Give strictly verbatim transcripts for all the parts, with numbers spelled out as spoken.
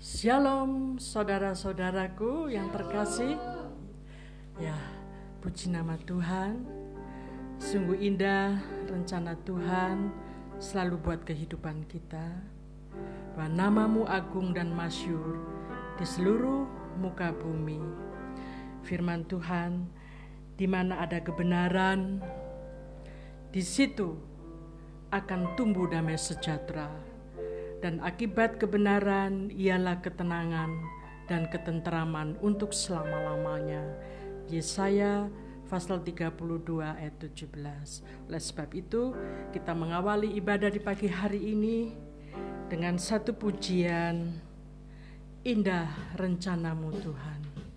Shalom saudara-saudaraku yang terkasih. Ya, puji nama Tuhan. Sungguh indah rencana Tuhan selalu buat kehidupan kita. Bahwa namamu agung dan masyhur di seluruh muka bumi. Firman Tuhan, di mana ada kebenaran, di situ akan tumbuh damai sejahtera. Dan akibat kebenaran ialah ketenangan dan ketenteraman untuk selama-lamanya. Yesaya pasal tiga puluh dua ayat tujuh belas. Oleh sebab itu kita mengawali ibadah di pagi hari ini dengan satu pujian, Indah Rencanamu Tuhan.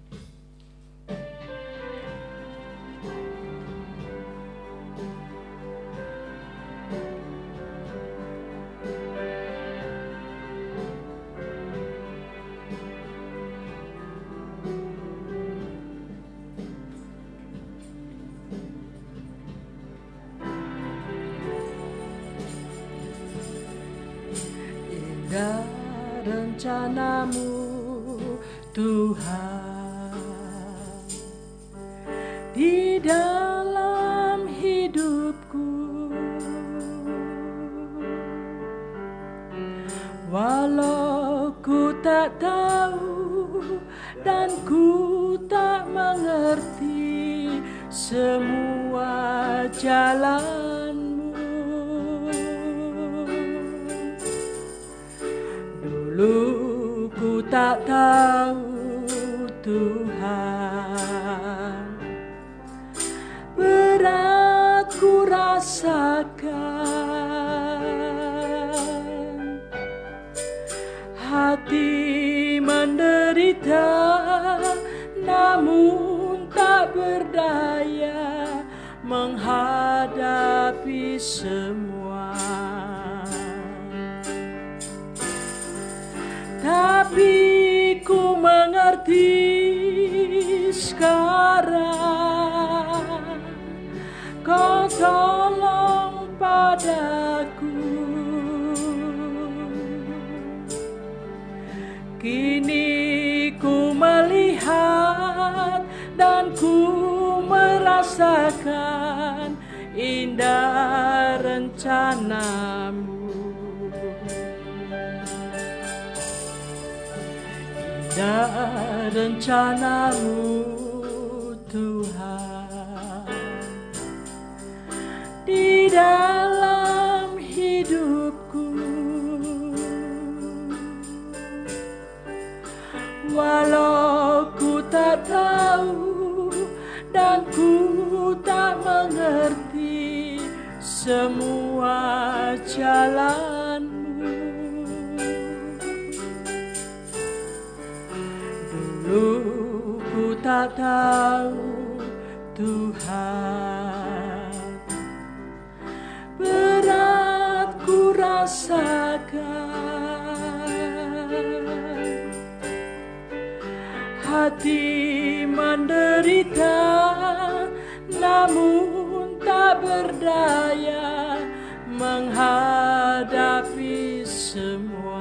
Indah rencanamu Tuhan di dalam hidupku, walau ku tak tahu dan ku tak mengerti semua jalan. Dulu ku tak tahu Tuhan, berat ku rasakan, hati menderita namun tak berdaya menghadapi semua. Tapi ku mengerti sekarang, Kau tolong padaku. Kini ku melihat dan ku merasakan indah rencanamu. Indah rencanamu Tuhan di dalam hidupku, walau ku tak tahu dan ku tak mengerti semua jalanmu. Dulu ku tak tahu Tuhan, berat ku rasakan, hati menderita namun tak berdaya menghadapi semua.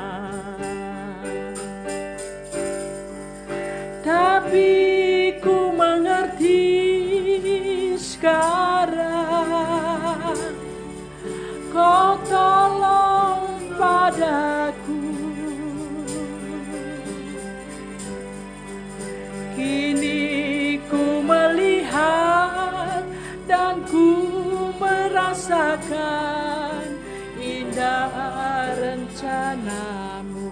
Tapi ku mengerti sekarang, Kau tolong padaku. Kini ku melihat dan ku merasakan indah rencanamu.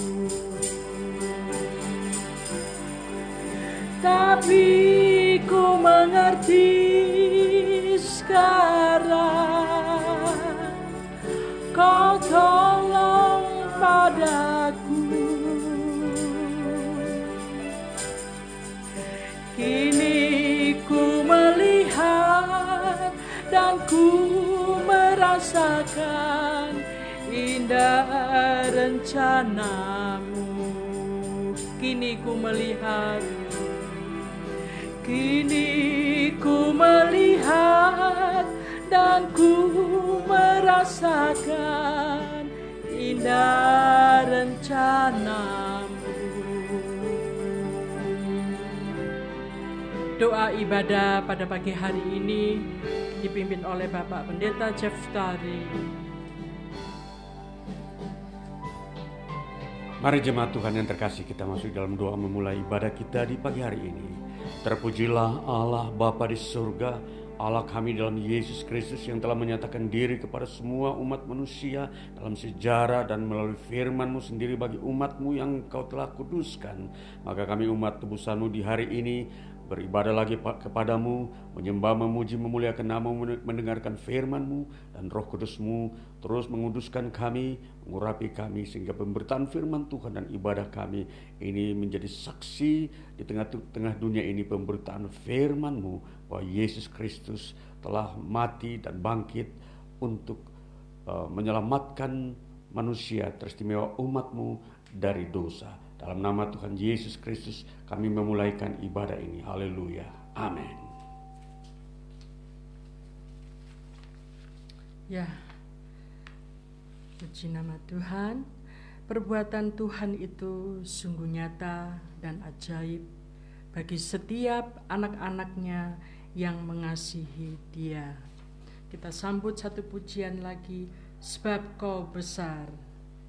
Tapi ku mengerti sekarang, Kau tolong padaku. Kini ku melihat dan ku merasakan indah rencanamu. Kini ku melihat Kini ku melihat dan ku merasakan indah rencanamu. rencanamu. Doa ibadah pada pagi hari ini dipimpin oleh Bapak Pendeta Jeff Tari. Mari jemaat Tuhan yang terkasih, kita masuk dalam doa memulai ibadah kita di pagi hari ini. Terpujilah Allah Bapa di surga, Allah kami dalam Yesus Kristus yang telah menyatakan diri kepada semua umat manusia dalam sejarah dan melalui firman-Mu sendiri bagi umat-Mu yang Kau telah kuduskan. Maka kami umat tebusan-Mu di hari ini beribadah lagi kepadamu, menyembah, memuji, memuliakan nama-Mu, mendengarkan firman-Mu, dan Roh Kudus-Mu terus menguduskan kami, mengurapi kami, sehingga pemberitaan firman Tuhan dan ibadah kami ini menjadi saksi di tengah-tengah dunia ini, pemberitaan firman-Mu bahwa Yesus Kristus telah mati dan bangkit untuk uh, menyelamatkan manusia, teristimewa umat-Mu dari dosa. Dalam nama Tuhan Yesus Kristus kami memulaikan ibadah ini. Haleluya. Amin. Ya, puji nama Tuhan. Perbuatan Tuhan itu sungguh nyata dan ajaib bagi setiap anak-anaknya yang mengasihi Dia. Kita sambut satu pujian lagi, sebab Kau besar.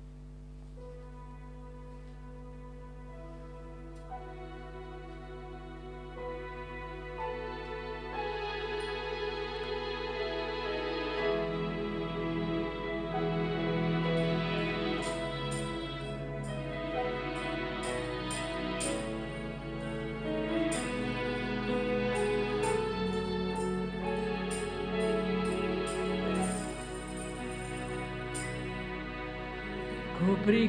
Ku beri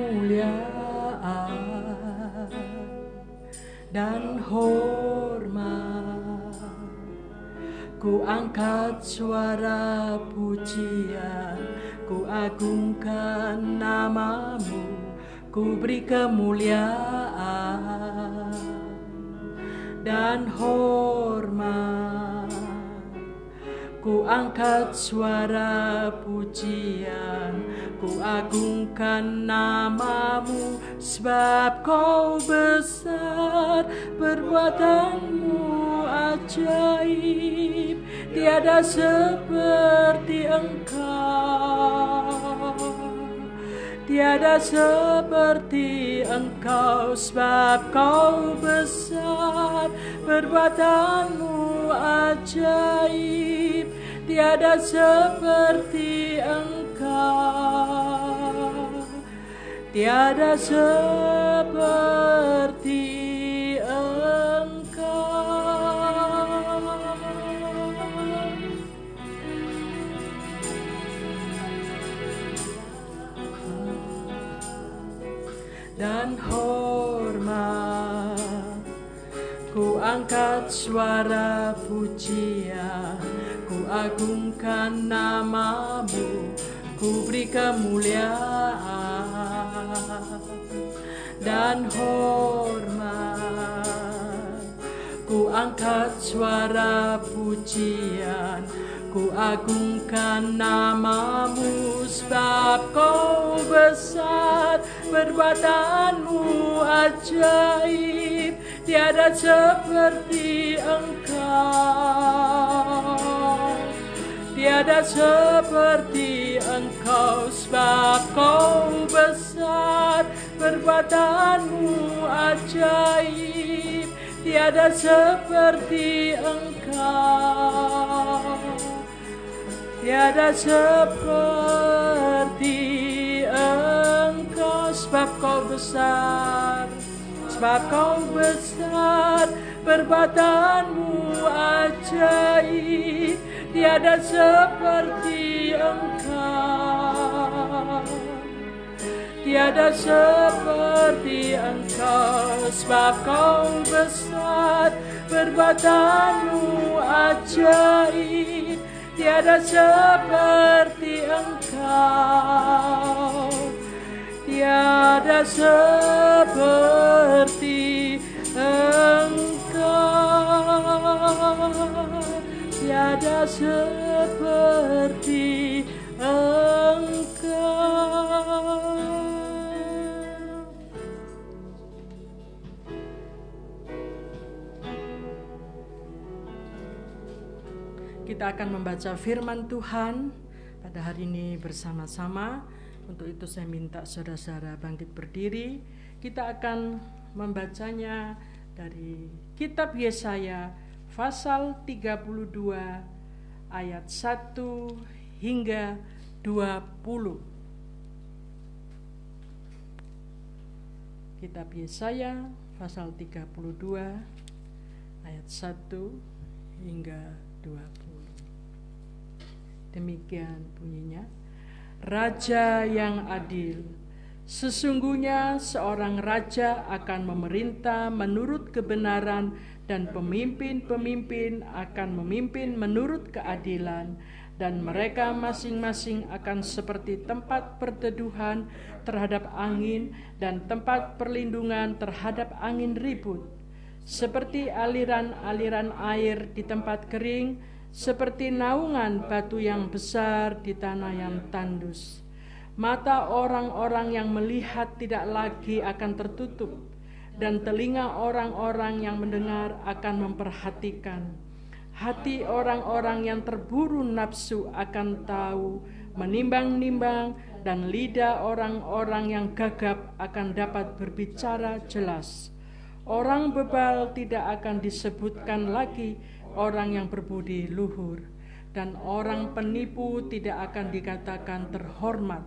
kemuliaan dan hormat, ku angkat suara pujian, ku agungkan nama-Mu, ku beri kemuliaan dan hormat, ku angkat suara pujian, ku agungkan nama-Mu, sebab Kau besar, perbuatan-Mu ajaib, tiada seperti Engkau, tiada seperti Engkau, sebab Kau besar, perbuatan-Mu ajaib, tiada seperti Engkau, tiada seperti Engkau. Dan hormat, ku angkat suara pujian, ku agungkan nama-Mu, ku beri kemuliaan dan hormat, ku angkat suara pujian, ku agungkan nama-Mu, sebab Kau besar, perbuatan-Mu ajaib, tiada seperti Engkau, tiada seperti Engkau, sebab Kau besar, perbuatan-Mu ajaib, tiada seperti Engkau, tiada seperti Engkau, sebab Kau besar, sebab Kau besar, perbuatan-Mu ajaib, tiada seperti Engkau, tiada seperti Engkau, sebab Kau besar, perbuatan-Mu ajaib, tiada seperti Engkau, tiada seperti Engkau, tiada seperti Engkau. kita akan membaca firman Tuhan pada hari ini bersama-sama. Untuk itu saya minta saudara-saudara bangkit berdiri. Kita akan membacanya dari kitab Yesaya pasal tiga puluh dua ayat satu hingga dua puluh. Kitab Yesaya pasal tiga puluh dua ayat satu hingga dua puluh. Demikian bunyinya. Raja yang adil. Sesungguhnya seorang raja akan memerintah menurut kebenaran dan pemimpin-pemimpin akan memimpin menurut keadilan, dan mereka masing-masing akan seperti tempat perteduhan terhadap angin dan tempat perlindungan terhadap angin ribut. Seperti aliran-aliran air di tempat kering, seperti naungan batu yang besar di tanah yang tandus. Mata orang-orang yang melihat tidak lagi akan tertutup, dan telinga orang-orang yang mendengar akan memperhatikan. Hati orang-orang yang terburu nafsu akan tahu, menimbang-nimbang, dan lidah orang-orang yang gagap akan dapat berbicara jelas. Orang bebal tidak akan disebutkan lagi orang yang berbudi luhur, dan orang penipu tidak akan dikatakan terhormat.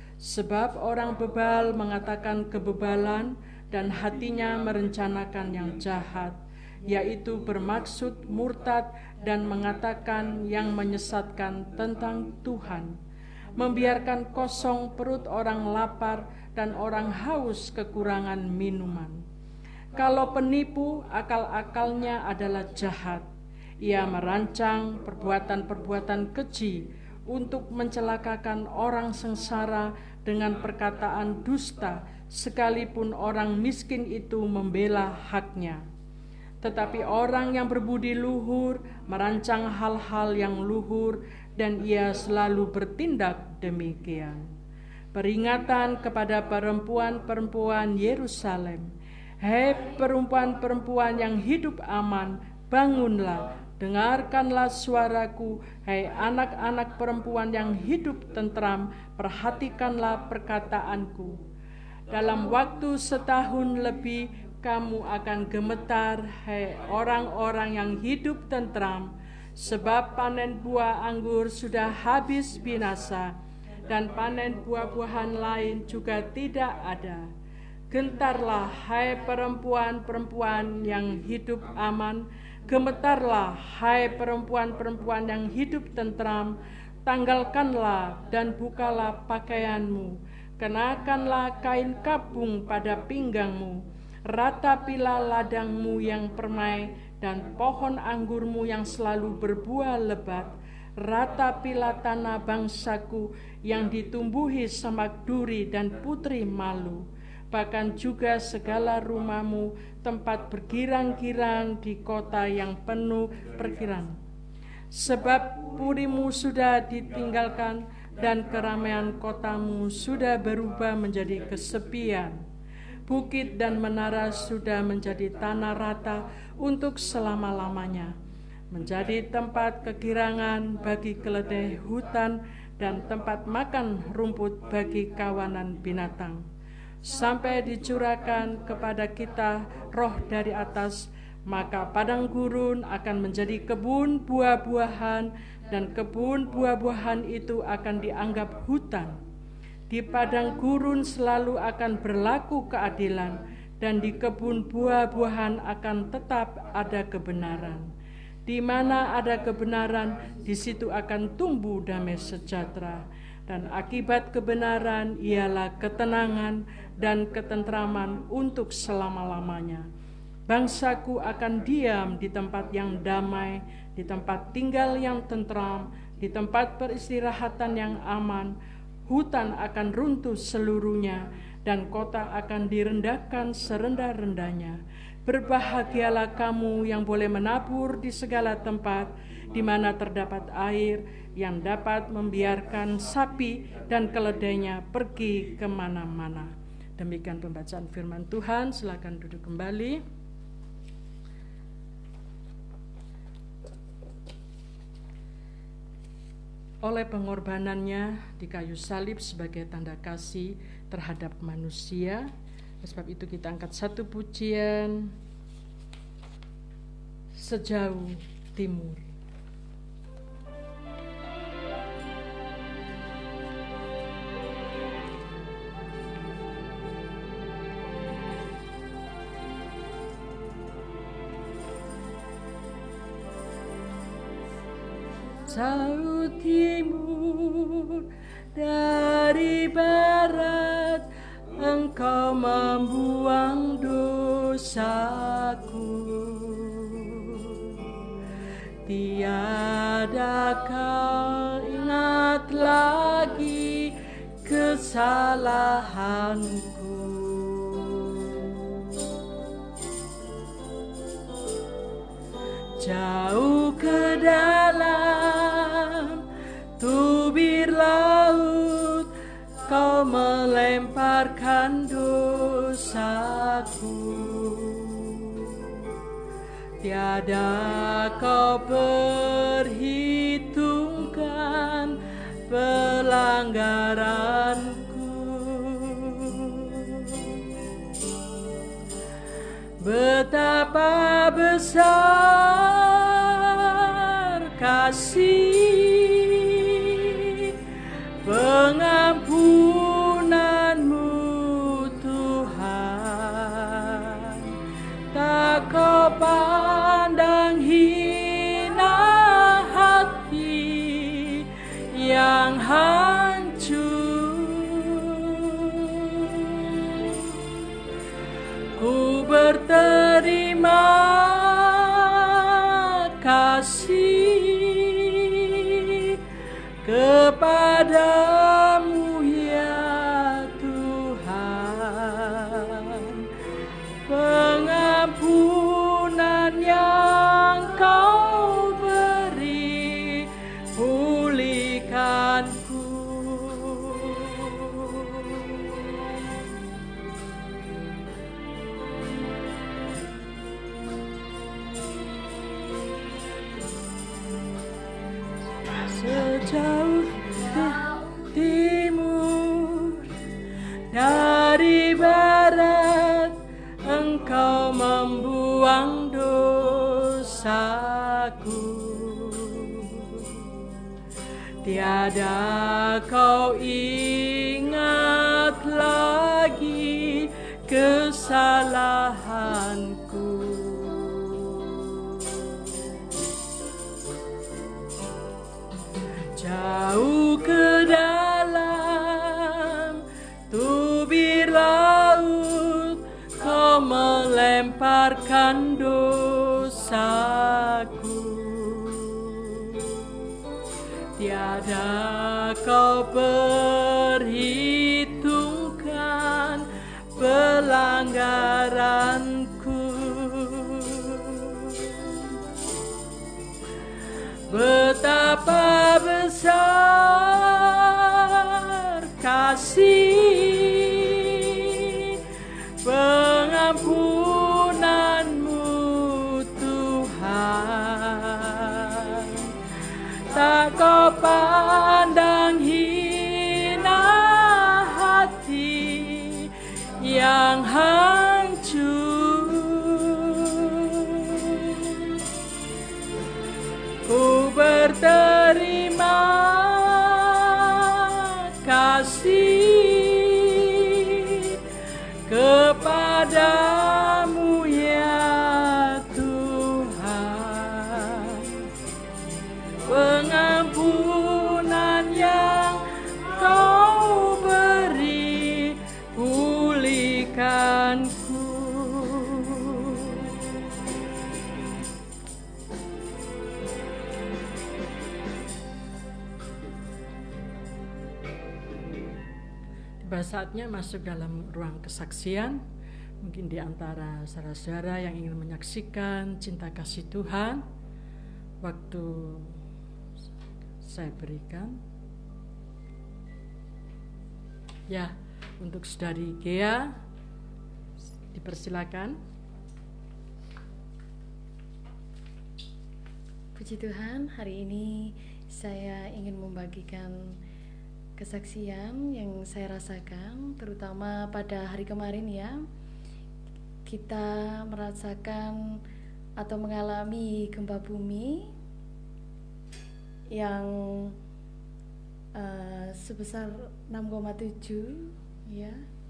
Sebab orang bebal mengatakan kebebalan dan hatinya merencanakan yang jahat, yaitu bermaksud murtad dan mengatakan yang menyesatkan tentang Tuhan. Membiarkan kosong perut orang lapar dan orang haus kekurangan minuman. Kalau penipu, akal-akalnya adalah jahat. Ia merancang perbuatan-perbuatan keji untuk mencelakakan orang sengsara dengan perkataan dusta, sekalipun orang miskin itu membela haknya. Tetapi orang yang berbudi luhur merancang hal-hal yang luhur, dan ia selalu bertindak demikian. Peringatan kepada perempuan-perempuan Yerusalem. Hei perempuan-perempuan yang hidup aman, bangunlah, dengarkanlah suaraku. Hei anak-anak perempuan yang hidup tentram, perhatikanlah perkataanku. Dalam waktu setahun lebih kamu akan gemetar, hei orang-orang yang hidup tentram, sebab panen buah anggur sudah habis binasa, dan panen buah-buahan lain juga tidak ada. Gentarlah, hai perempuan-perempuan yang hidup aman, gemetarlah, hai perempuan-perempuan yang hidup tentram, tanggalkanlah dan bukalah pakaianmu, kenakanlah kain kapung pada pinggangmu, ratapilah ladangmu yang permai dan pohon anggurmu yang selalu berbuah lebat, ratapilah tanah bangsaku yang ditumbuhi semak duri dan putri malu. Bahkan juga segala rumahmu, tempat bergirang-girang di kota yang penuh perkiraan. Sebab purimu sudah ditinggalkan dan keramaian kotamu sudah berubah menjadi kesepian. Bukit dan menara sudah menjadi tanah rata untuk selama-lamanya, menjadi tempat kegirangan bagi keledai hutan dan tempat makan rumput bagi kawanan binatang. Sampai dicurahkan kepada kita roh dari atas, maka padang gurun akan menjadi kebun buah-buahan, dan kebun buah-buahan itu akan dianggap hutan. Di padang gurun selalu akan berlaku keadilan, dan di kebun buah-buahan akan tetap ada kebenaran. Di mana ada kebenaran, di situ akan tumbuh damai sejahtera. Dan akibat kebenaran ialah ketenangan dan ketentraman untuk selama-lamanya. Bangsaku akan diam di tempat yang damai, di tempat tinggal yang tentram, di tempat peristirahatan yang aman. Hutan akan runtuh seluruhnya, dan kota akan direndahkan serendah-rendahnya. Berbahagialah kamu yang boleh menabur di segala tempat, di mana terdapat air, yang dapat membiarkan sapi dan keledainya pergi kemana-mana. Demikian pembacaan firman Tuhan. Silakan duduk kembali. oleh pengorbanannya di kayu salib sebagai tanda kasih terhadap manusia. Sebab itu kita angkat satu pujian, Sejauh Timur. Jauh timur dari barat, Engkau membuang dosaku. Tiada kau ingat lagi kesalahanku. Jauh ke dalam tubir laut, Kau melemparkan dosaku. Tiada Kau perhitungkan pelanggaranku. Betapa besar kasih pengampunanmu Tuhan. Tak Kau pandang hina hati yang hancur. Ku berterima kasih kepadamu ya Tuhan. Pengampunan yang Kau beri, pulihkanku. Sejauh timur dari barat, Engkau membuang dosaku. Tiada Kau ingat lagi kesalahanku. Jauh ke dalam tubir laut, Kau melemparkan dosaku. Tiada Kau perhitungkan pelanggaranku. Betapa besar kasih pengampunanmu Tuhan. Tak Kau pandang hina hati yang hancur. Ku berterima kasih kepadamu ya Tuhan. Pengampunan yang Kau beri, pulihkanku. Tiba saatnya masuk dalam ruang kesaksian. Mungkin di antara saudara-saudara yang ingin menyaksikan cinta kasih Tuhan, waktu saya berikan. Ya, untuk saudari Gea, dipersilakan. Puji Tuhan, hari ini saya ingin membagikan kesaksian yang saya rasakan, terutama pada hari kemarin ya. Kita merasakan atau mengalami gempa bumi yang uh, sebesar enam koma tujuh ya,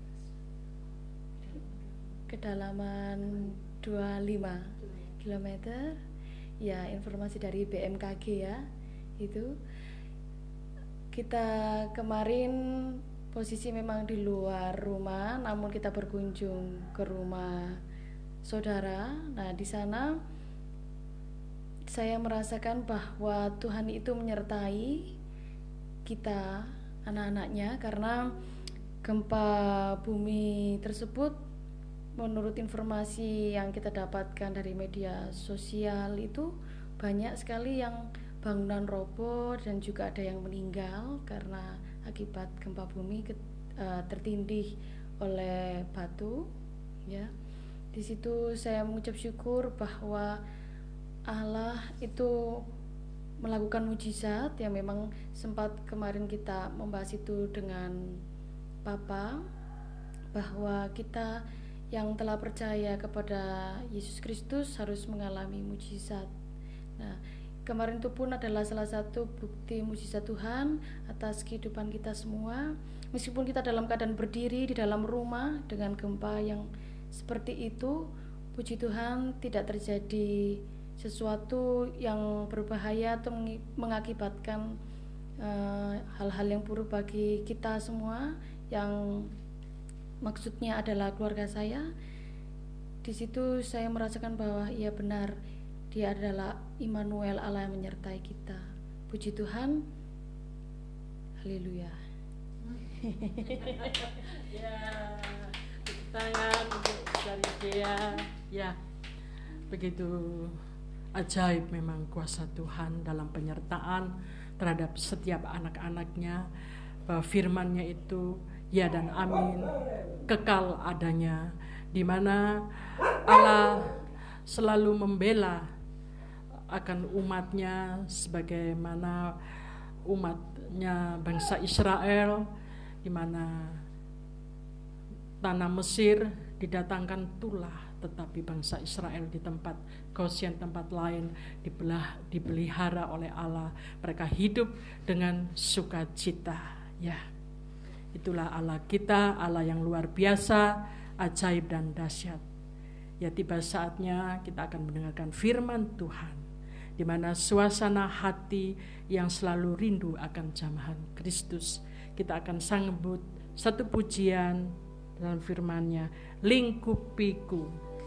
kedalaman dua puluh lima kilometer ya, informasi dari B M K G ya. Itu kita kemarin posisi memang di luar rumah, namun kita berkunjung ke rumah saudara. Nah, di sana saya merasakan bahwa Tuhan itu menyertai kita, anak-anaknya, karena gempa bumi tersebut menurut informasi yang kita dapatkan dari media sosial itu banyak sekali yang bangunan roboh dan juga ada yang meninggal karena akibat gempa bumi ke, uh, tertindih oleh batu ya. Di situ saya mengucap syukur bahwa Allah itu melakukan mujizat yang memang sempat kemarin kita membahas itu dengan Papa, bahwa kita yang telah percaya kepada Yesus Kristus harus mengalami mujizat. Nah, kemarin itu pun adalah salah satu bukti mujizat Tuhan atas kehidupan kita semua. Meskipun kita dalam keadaan berdiri di dalam rumah dengan gempa yang seperti itu, puji Tuhan tidak terjadi sesuatu yang berbahaya atau mengakibatkan uh, hal-hal yang buruk bagi kita semua, yang maksudnya adalah keluarga saya. Di situ saya merasakan bahwa ia benar, Dia adalah Immanuel, Allah yang menyertai kita. Puji Tuhan. Haleluya. Ya, tepuk tangan untuk dari dia. Ya, begitu ajaib memang kuasa Tuhan dalam penyertaan terhadap setiap anak-anaknya, bahwa firman-Nya itu ya dan amin, kekal adanya, di mana Allah selalu membela akan umatnya sebagaimana umatnya bangsa Israel, di mana tanah Mesir didatangkan tulah, tetapi bangsa Israel di tempat Goshen, tempat lain dibelah, dipelihara oleh Allah. Mereka hidup dengan sukacita. Ya, itulah Allah kita, Allah yang luar biasa, ajaib dan dahsyat. Ya, tiba saatnya kita akan mendengarkan firman Tuhan, di mana suasana hati yang selalu rindu akan jamahan Kristus. Kita akan sambut satu pujian dalam firman-Nya, lingkupiku.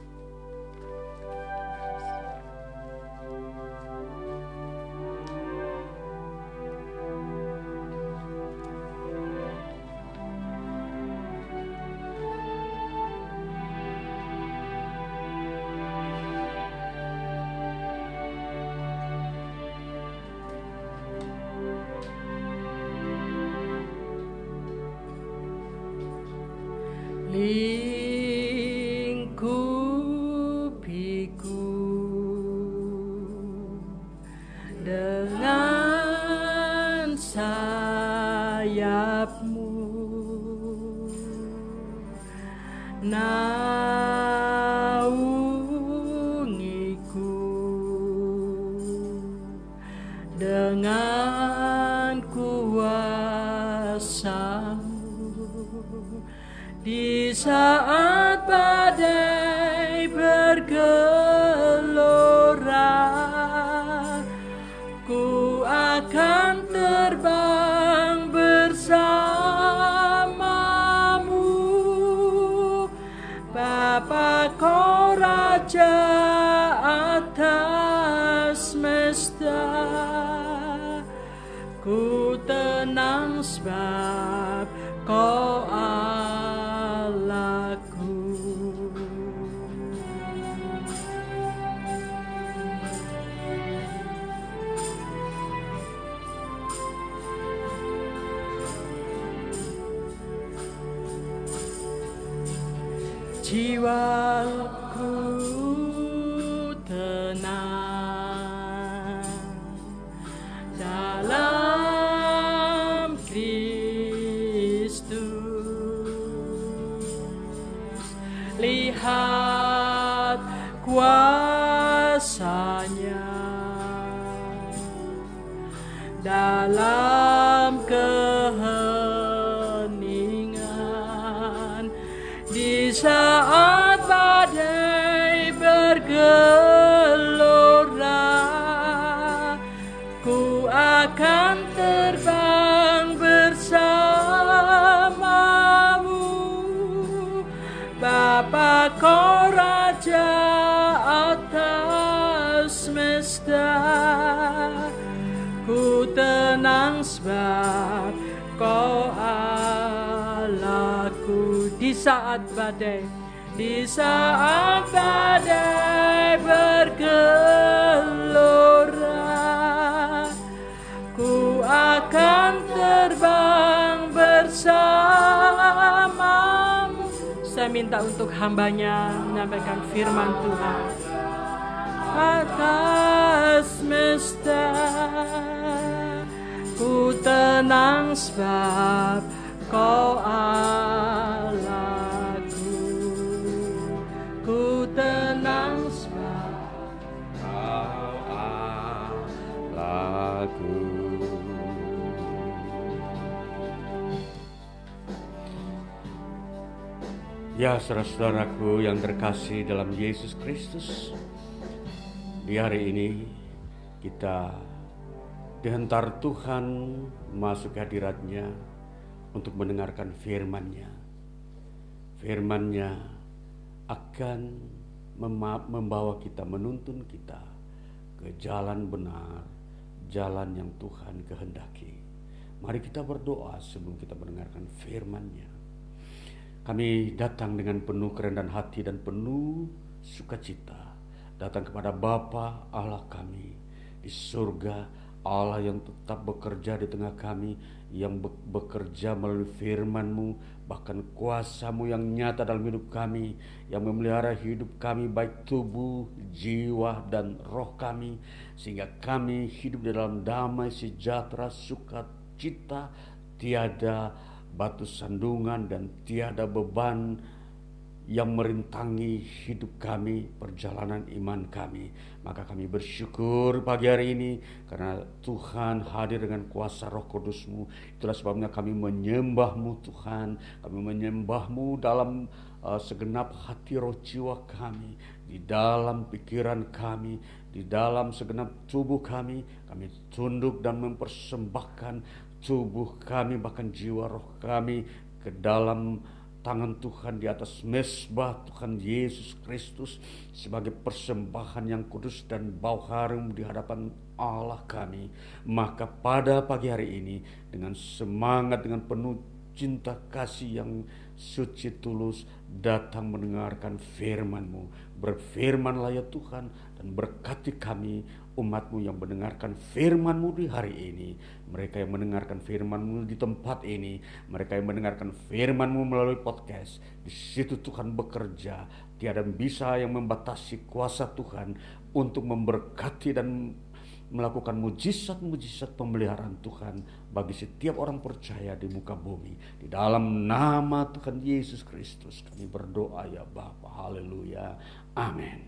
Lingkupiku dengan sayap-Mu, naungiku dengan kuasa-Mu. Di saat badai bergelora, ku akan terbang bersama-Mu. Bapa, Kau Raja atas semesta, ku tenang sebab Kau jiwaku tenang dalam lihat kuasanya dalam keheningan, di saat badai bergelora, ku akan terbang bersamamu. Bapa, kau Raja atas semesta, ku tenang sebab kau Allahku. Di saat badai, di saat badai bergelora, ku akan terbang bersamamu. Saya minta untuk hambanya menyampaikan firman Tuhan. Atas semesta, ku tenang sebab kau Allahku. Ku tenang sebab kau Allahku. Ya, saudara-saudaraku yang terkasih dalam Yesus Kristus, di hari ini kita dihantar Tuhan masuk ke hadirat-Nya untuk mendengarkan firman-Nya. Firman-Nya akan membawa kita, menuntun kita ke jalan benar, jalan yang Tuhan kehendaki. Mari kita berdoa sebelum kita mendengarkan firman-Nya. Kami datang dengan penuh kerendahan hati dan penuh sukacita, datang kepada Bapa Allah kami di surga, Allah yang tetap bekerja di tengah kami, yang bekerja melalui firman-Mu, bahkan kuasa-Mu yang nyata dalam hidup kami, yang memelihara hidup kami baik tubuh, jiwa, dan roh kami, sehingga kami hidup di dalam damai, sejahtera, sukacita, tiada batu sandungan dan tiada beban yang merintangi hidup kami, perjalanan iman kami. Maka kami bersyukur pagi hari ini karena Tuhan hadir dengan kuasa Roh Kudus-Mu. Itulah sebabnya kami menyembah-Mu Tuhan. Kami menyembah-Mu dalam uh, segenap hati roh jiwa kami, di dalam pikiran kami, di dalam segenap tubuh kami. Kami tunduk dan mempersembahkan tubuh kami, bahkan jiwa roh kami ke dalam tangan Tuhan di atas mezbah Tuhan Yesus Kristus sebagai persembahan yang kudus dan bau harum di hadapan Allah kami. Maka pada pagi hari ini dengan semangat, dengan penuh cinta kasih yang suci tulus, datang mendengarkan firman-Mu. Berfirmanlah ya Tuhan, dan berkati kami umat-Mu yang mendengarkan firman-Mu di hari ini. Mereka yang mendengarkan firman-Mu di tempat ini, mereka yang mendengarkan firman-Mu melalui podcast, di situ Tuhan bekerja. Tiada bisa yang membatasi kuasa Tuhan untuk memberkati dan melakukan mujizat-mujizat pemeliharaan Tuhan bagi setiap orang percaya di muka bumi. Di dalam nama Tuhan Yesus Kristus kami berdoa ya Bapa. Haleluya. Amin.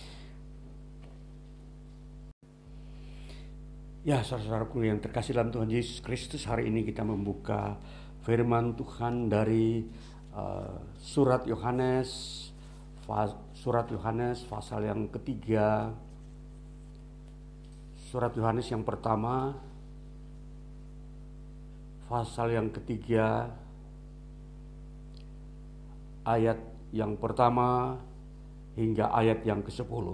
Ya, saudara-saudaraku yang terkasih dalam Tuhan Yesus Kristus, hari ini kita membuka firman Tuhan dari uh, surat Yohanes, surat Yohanes pasal yang ketiga. Surat Yohanes yang pertama, pasal yang ketiga, ayat yang pertama hingga ayat yang kesepuluh.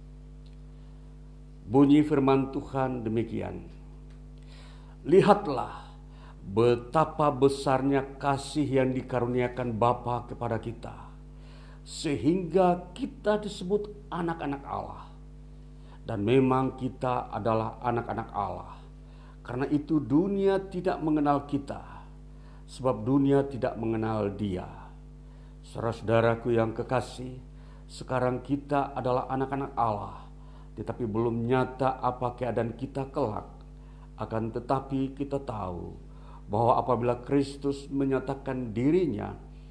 Bunyi firman Tuhan demikian. Lihatlah betapa besarnya kasih yang dikaruniakan Bapa kepada kita, sehingga kita disebut anak-anak Allah. Dan memang kita adalah anak-anak Allah. Karena itu dunia tidak mengenal kita, sebab dunia tidak mengenal Dia. Saudara-saudaraku yang kekasih, sekarang kita adalah anak-anak Allah, tetapi belum nyata apa keadaan kita kelak. Akan tetapi kita tahu bahwa apabila Kristus menyatakan dirinya,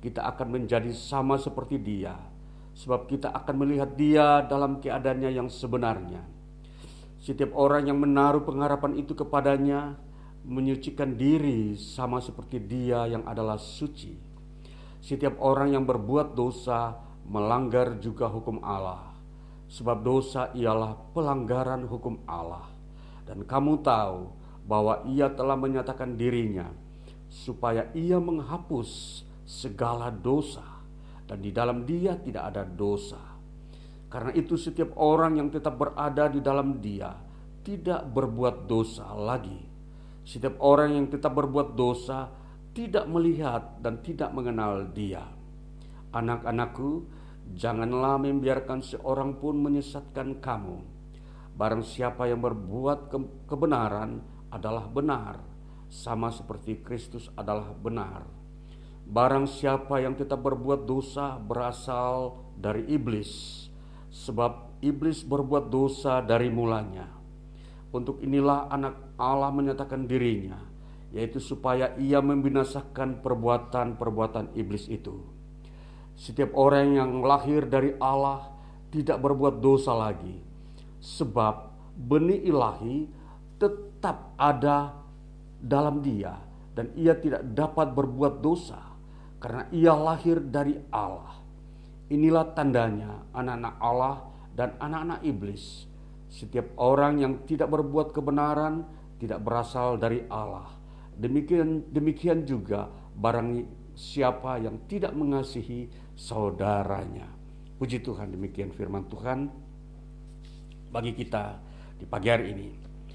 kita akan menjadi sama seperti Dia, sebab kita akan melihat Dia dalam keadaannya yang sebenarnya. Setiap orang yang menaruh pengharapan itu kepadanya menyucikan diri sama seperti Dia yang adalah suci. Setiap orang yang berbuat dosa melanggar juga hukum Allah, sebab dosa ialah pelanggaran hukum Allah. Dan kamu tahu bahwa Ia telah menyatakan dirinya supaya Ia menghapus segala dosa, dan di dalam Dia tidak ada dosa. Karena itu setiap orang yang tetap berada di dalam Dia tidak berbuat dosa lagi. Setiap orang yang tetap berbuat dosa tidak melihat dan tidak mengenal Dia. Anak-anakku, janganlah membiarkan seorang pun menyesatkan kamu. Barang siapa yang berbuat ke- kebenaran adalah benar, sama seperti Kristus adalah benar. Barang siapa yang tetap berbuat dosa berasal dari iblis, sebab iblis berbuat dosa dari mulanya. Untuk inilah anak Allah menyatakan dirinya, yaitu supaya ia membinasakan perbuatan-perbuatan iblis itu. Setiap orang yang lahir dari Allah tidak berbuat dosa lagi, sebab benih ilahi tetap ada dalam dia, dan ia tidak dapat berbuat dosa karena ia lahir dari Allah. Inilah tandanya anak-anak Allah dan anak-anak iblis. Setiap orang yang tidak berbuat kebenaran tidak berasal dari Allah. Demikian demikian juga barang siapa yang tidak mengasihi saudaranya. Puji Tuhan, demikian firman Tuhan bagi kita di pagi hari ini.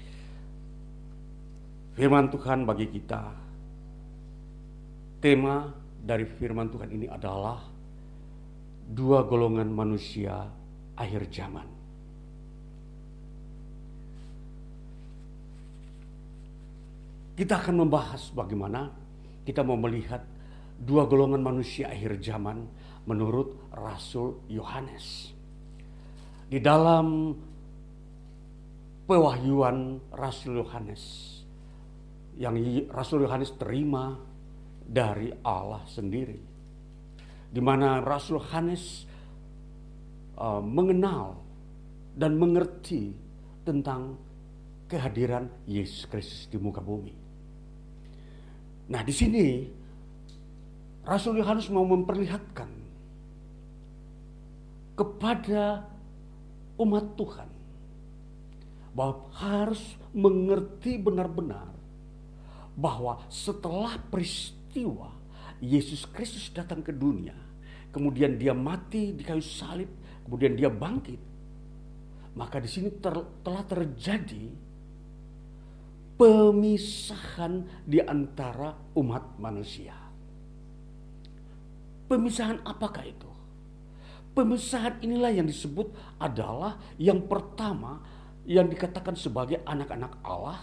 Firman Tuhan bagi kita, tema dari firman Tuhan ini adalah dua golongan manusia akhir zaman. Kita akan membahas bagaimana kita mau melihat dua golongan manusia akhir zaman menurut Rasul Yohanes. Di dalam pewahyuan Rasul Yohanes yang Rasul Yohanes terima dari Allah sendiri, di mana Rasul Yohanes uh, mengenal dan mengerti tentang kehadiran Yesus Kristus di muka bumi. Nah, di sini Rasul Yohanes mau memperlihatkan kepada umat Tuhan bahwa harus mengerti benar-benar bahwa setelah peristiwa Yesus Kristus datang ke dunia, kemudian dia mati di kayu salib, kemudian dia bangkit, maka di sini ter- telah terjadi pemisahan di antara umat manusia. Pemisahan apakah itu? Pemisahan inilah yang disebut adalah yang pertama yang dikatakan sebagai anak-anak Allah,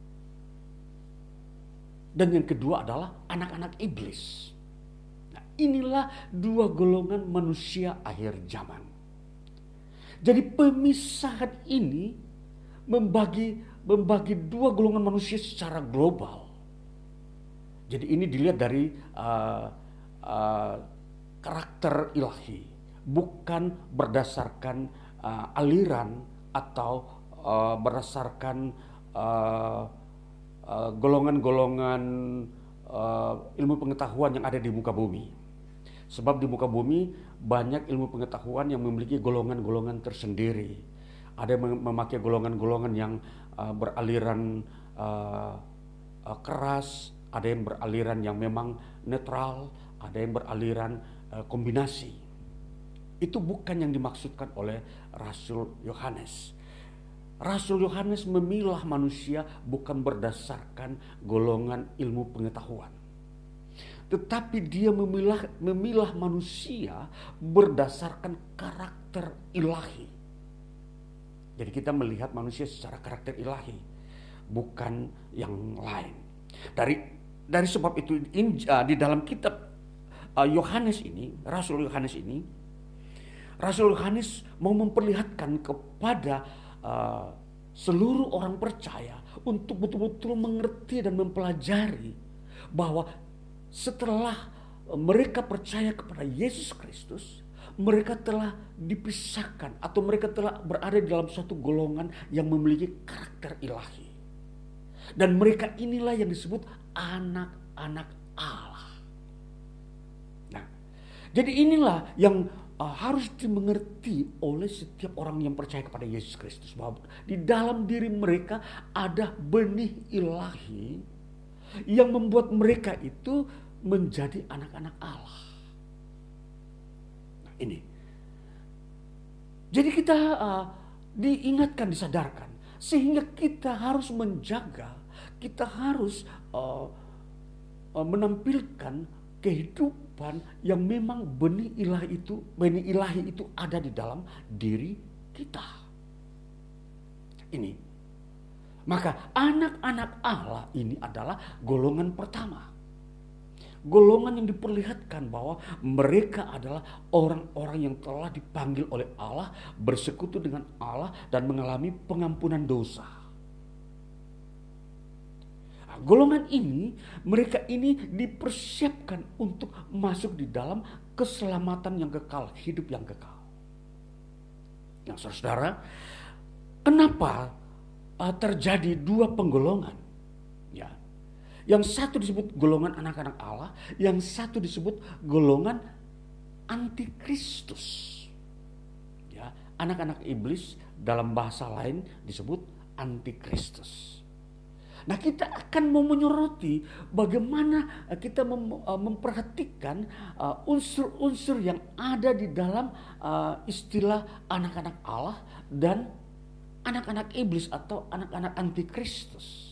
dan yang kedua adalah anak-anak iblis. Nah, inilah dua golongan manusia akhir zaman. Jadi pemisahan ini membagi membagi dua golongan manusia secara global. Jadi ini dilihat dari uh, uh, karakter ilahi, bukan berdasarkan uh, aliran atau uh, berdasarkan uh, uh, golongan-golongan uh, ilmu pengetahuan yang ada di muka bumi. Sebab di muka bumi banyak ilmu pengetahuan yang memiliki golongan-golongan tersendiri. Ada yang memakai golongan-golongan yang uh, beraliran uh, uh, keras, ada yang beraliran yang memang netral, ada yang beraliran uh, kombinasi. Itu bukan yang dimaksudkan oleh Rasul Yohanes. Rasul Yohanes memilah manusia bukan berdasarkan golongan ilmu pengetahuan, tetapi dia memilah, memilah manusia berdasarkan karakter ilahi. Jadi kita melihat manusia secara karakter ilahi, bukan yang lain. Dari dari sebab itu in, uh, di dalam kitab Yohanes uh, ini, Rasul Yohanes ini, Rasul Yohanes mau memperlihatkan kepada uh, seluruh orang percaya untuk betul-betul mengerti dan mempelajari bahwa setelah mereka percaya kepada Yesus Kristus, mereka telah dipisahkan atau mereka telah berada di dalam suatu golongan yang memiliki karakter ilahi. Dan mereka inilah yang disebut anak-anak Allah. Nah, jadi inilah yang uh, harus dimengerti oleh setiap orang yang percaya kepada Yesus Kristus, bahwa di dalam diri mereka ada benih ilahi yang membuat mereka itu menjadi anak-anak Allah. Nah, ini. Jadi kita uh, diingatkan, disadarkan, sehingga kita harus menjaga, kita harus uh, uh, menampilkan kehidupan yang memang benih ilahi itu, benih ilahi itu ada di dalam diri kita. Ini. Maka anak-anak Allah ini adalah golongan pertama. Golongan yang diperlihatkan bahwa mereka adalah orang-orang yang telah dipanggil oleh Allah, bersekutu dengan Allah dan mengalami pengampunan dosa. Nah, golongan ini, mereka ini dipersiapkan untuk masuk di dalam keselamatan yang kekal, hidup yang kekal. Nah, saudara, kenapa uh, terjadi dua penggolongan? Ya. Yang satu disebut golongan anak-anak Allah, yang satu disebut golongan antikristus. Ya, anak-anak iblis dalam bahasa lain disebut antikristus. Nah, kita akan mau menyoroti bagaimana kita mem- memperhatikan uh, unsur-unsur yang ada di dalam uh, istilah anak-anak Allah dan anak-anak iblis atau anak-anak antikristus.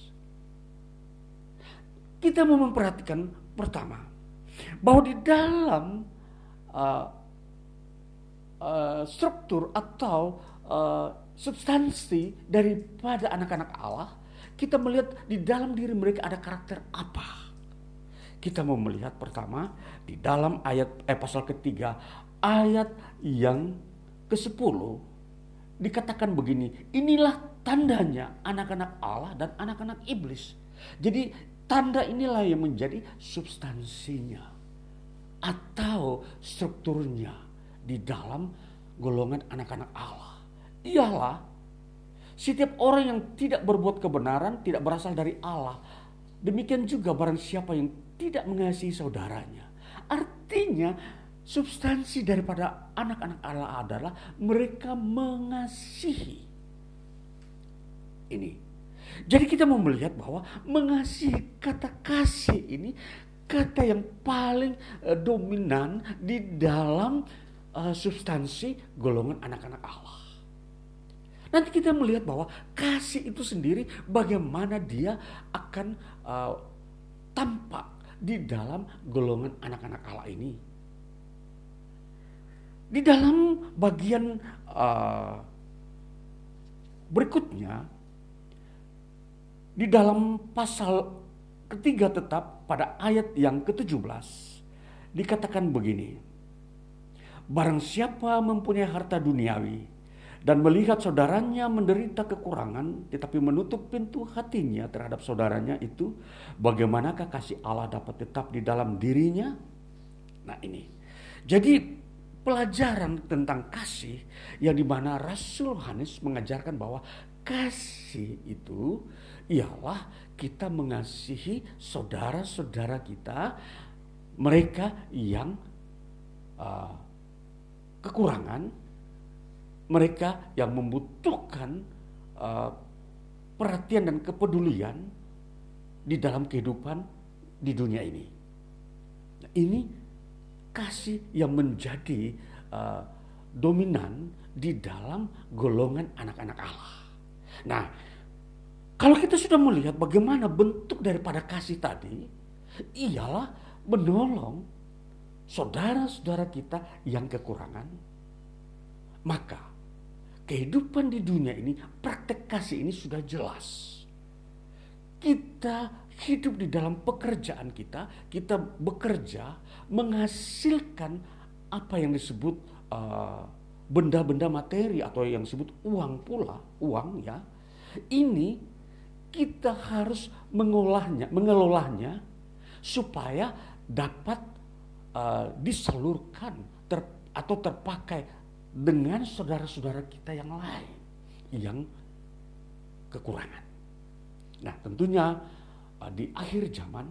Kita mau memperhatikan pertama bahwa di dalam uh, uh, struktur atau uh, substansi daripada anak-anak Allah, kita melihat di dalam diri mereka ada karakter apa. Kita mau melihat pertama di dalam ayat eh, pasal ketiga ayat yang kesepuluh dikatakan begini, inilah tandanya anak-anak Allah dan anak-anak iblis. Jadi tanda inilah yang menjadi substansinya atau strukturnya di dalam golongan anak-anak Allah. Ialah setiap orang yang tidak berbuat kebenaran tidak berasal dari Allah. Demikian juga barang siapa yang tidak mengasihi saudaranya. Artinya substansi daripada anak-anak Allah adalah mereka mengasihi. Ini. Jadi kita mau melihat bahwa mengasihi, kata kasih ini kata yang paling uh, dominan di dalam uh, substansi golongan anak-anak Allah. Nanti kita melihat bahwa kasih itu sendiri bagaimana dia akan uh, tampak di dalam golongan anak-anak Allah ini. Di dalam bagian uh, berikutnya, di dalam pasal ketiga tetap pada ayat yang ketujuh belas dikatakan begini. Barang siapa mempunyai harta duniawi dan melihat saudaranya menderita kekurangan tetapi menutup pintu hatinya terhadap saudaranya itu, bagaimanakah kasih Allah dapat tetap di dalam dirinya? Nah ini. Jadi pelajaran tentang kasih yang dimana Rasul Yohanes mengajarkan bahwa kasih itu ialah kita mengasihi saudara-saudara kita, mereka yang uh, kekurangan, mereka yang membutuhkan uh, perhatian dan kepedulian di dalam kehidupan di dunia ini. Nah, ini kasih yang menjadi uh, dominan di dalam golongan anak-anak Allah. Nah, kalau kita sudah melihat bagaimana bentuk daripada kasih tadi, ialah menolong saudara-saudara kita yang kekurangan, maka kehidupan di dunia ini, praktek kasih ini sudah jelas. Kita hidup di dalam pekerjaan kita, kita bekerja menghasilkan apa yang disebut uh, benda-benda materi atau yang disebut uang pula, uang ya. Ini kita harus mengolahnya, mengelolanya supaya dapat uh, disalurkan ter, atau terpakai dengan saudara-saudara kita yang lain yang kekurangan. Nah, tentunya uh, di akhir zaman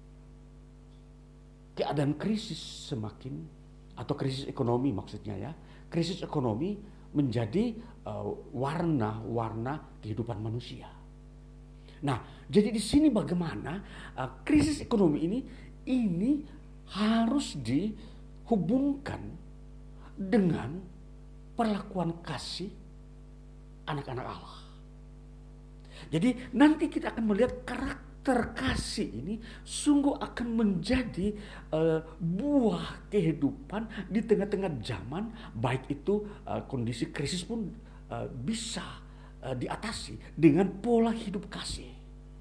keadaan krisis semakin, atau krisis ekonomi maksudnya ya, krisis ekonomi menjadi uh, warna-warna kehidupan manusia. Nah, jadi di sini bagaimana uh, krisis ekonomi ini ini harus dihubungkan dengan perlakuan kasih anak-anak Allah. Jadi nanti kita akan melihat karakter kasih ini sungguh akan menjadi uh, buah kehidupan di tengah-tengah zaman, baik itu uh, kondisi krisis pun uh, bisa uh, diatasi dengan pola hidup kasih.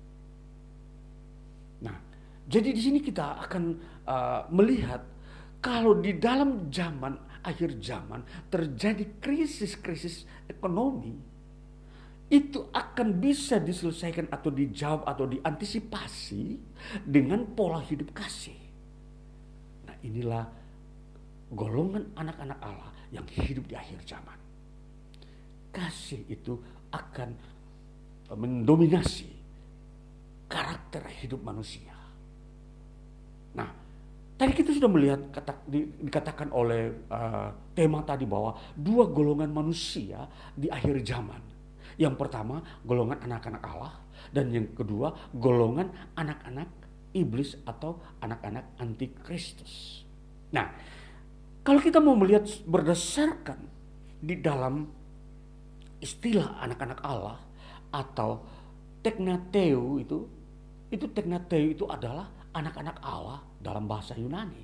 Nah, jadi di sini kita akan uh, melihat kalau di dalam zaman akhir zaman terjadi krisis-krisis ekonomi, itu akan bisa diselesaikan atau dijawab atau diantisipasi dengan pola hidup kasih. Nah, inilah golongan anak-anak Allah yang hidup di akhir zaman. Kasih itu akan mendominasi karakter hidup manusia. Nah, tadi kita sudah melihat kata, di, dikatakan oleh uh, tema tadi bahwa dua golongan manusia di akhir zaman. Yang pertama golongan anak-anak Allah, dan yang kedua golongan anak-anak iblis atau anak-anak antikristus. Nah, kalau kita mau melihat berdasarkan di dalam istilah anak-anak Allah atau teknateu itu, itu teknateu itu adalah anak-anak Allah dalam bahasa Yunani.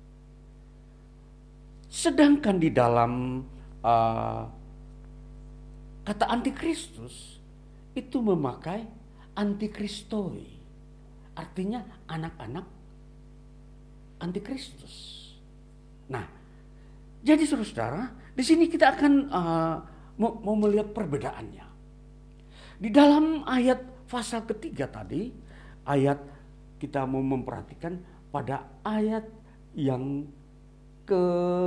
Sedangkan di dalam uh, kata antikristus itu memakai antikristoi, artinya anak-anak antikristus. Nah, jadi saudara-saudara, di sini kita akan uh, mau, mau melihat perbedaannya. Di dalam ayat pasal ketiga tadi, ayat kita mau memperhatikan pada ayat yang ke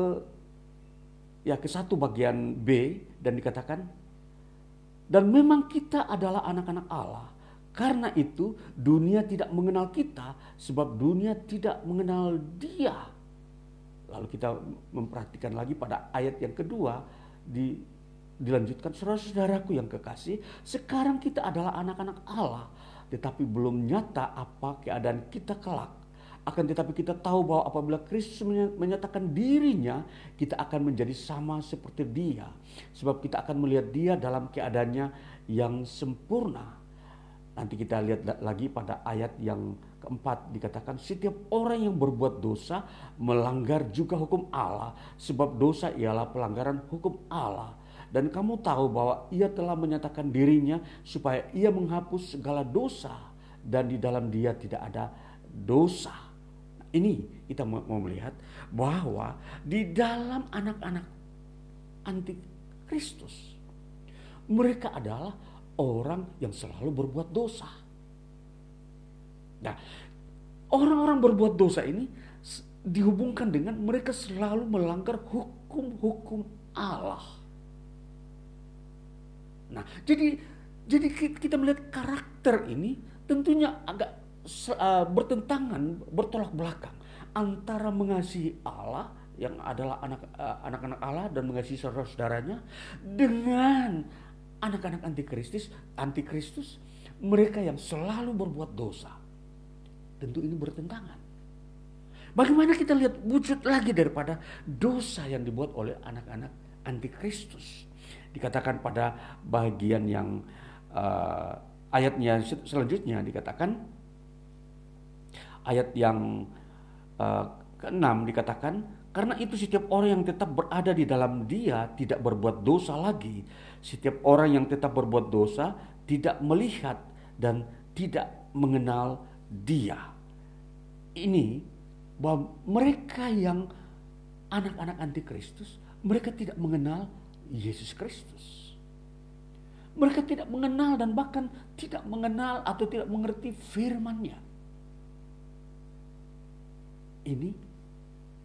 ya ke satu bagian B, dan dikatakan, dan memang kita adalah anak-anak Allah. Karena itu dunia tidak mengenal kita, sebab dunia tidak mengenal Dia. Lalu kita memperhatikan lagi pada ayat yang kedua, di, dilanjutkan, saudara-saudaraku yang kekasih, sekarang kita adalah anak-anak Allah, tetapi belum nyata apa keadaan kita kelak. Akan tetapi kita tahu bahwa apabila Kristus menyatakan dirinya, kita akan menjadi sama seperti Dia. Sebab kita akan melihat Dia dalam keadaannya yang sempurna. Nanti kita lihat lagi pada ayat yang keempat, dikatakan setiap orang yang berbuat dosa melanggar juga hukum Allah. Sebab dosa ialah pelanggaran hukum Allah. Dan kamu tahu bahwa Ia telah menyatakan dirinya supaya Ia menghapus segala dosa, dan di dalam Dia tidak ada dosa. Ini kita mau melihat bahwa di dalam anak-anak antikristus, mereka adalah orang yang selalu berbuat dosa. Nah, orang-orang berbuat dosa ini dihubungkan dengan mereka selalu melanggar hukum-hukum Allah. Nah, jadi jadi kita melihat karakter ini tentunya agak Uh, bertentangan, bertolak belakang antara mengasihi Allah yang adalah anak uh, anak-anak Allah dan mengasihi saudara-saudaranya dengan anak-anak antikristus, antikristus, mereka yang selalu berbuat dosa. Tentu ini bertentangan. Bagaimana kita lihat wujud lagi daripada dosa yang dibuat oleh anak-anak antikristus? Dikatakan pada bagian yang uh, ayatnya selanjutnya, dikatakan ayat yang uh, keenam, dikatakan, karena itu setiap orang yang tetap berada di dalam Dia tidak berbuat dosa lagi. Setiap orang yang tetap berbuat dosa tidak melihat dan tidak mengenal Dia. Ini bahwa mereka yang anak-anak antikristus, mereka tidak mengenal Yesus Kristus. Mereka tidak mengenal dan bahkan tidak mengenal atau tidak mengerti firman-Nya. Ini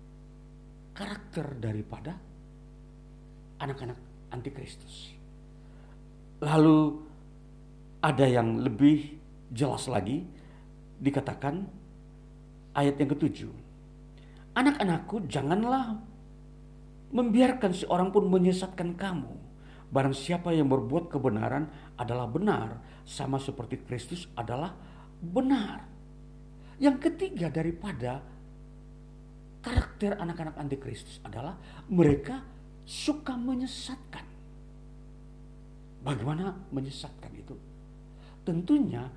karakter daripada anak-anak antikristus. Lalu ada yang lebih jelas lagi, dikatakan ayat yang ketujuh. Anak-anakku, janganlah membiarkan seorang pun menyesatkan kamu. Barang siapa yang berbuat kebenaran adalah benar, sama seperti Kristus adalah benar. Yang ketiga daripada karakter anak-anak antikristus adalah mereka suka menyesatkan. Bagaimana menyesatkan itu? Tentunya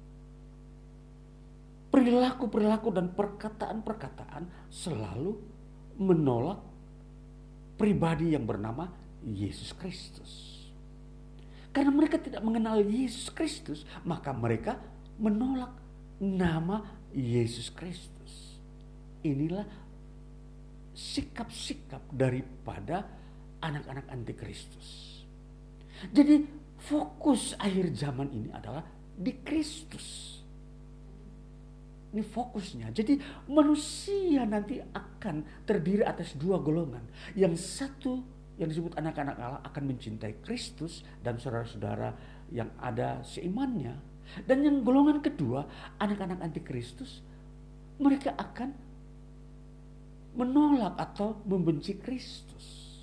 perilaku-perilaku dan perkataan-perkataan selalu menolak pribadi yang bernama Yesus Kristus. Karena mereka tidak mengenal Yesus Kristus, maka mereka menolak nama Yesus Kristus. Inilah sikap-sikap daripada anak-anak antikristus. Jadi fokus akhir zaman ini adalah di Kristus. Ini fokusnya. Jadi manusia nanti akan terdiri atas dua golongan. Yang satu yang disebut anak-anak Allah akan mencintai Kristus dan saudara-saudara yang ada seimannya. Dan yang golongan kedua, anak-anak antikristus, mereka akan menolak atau membenci Kristus.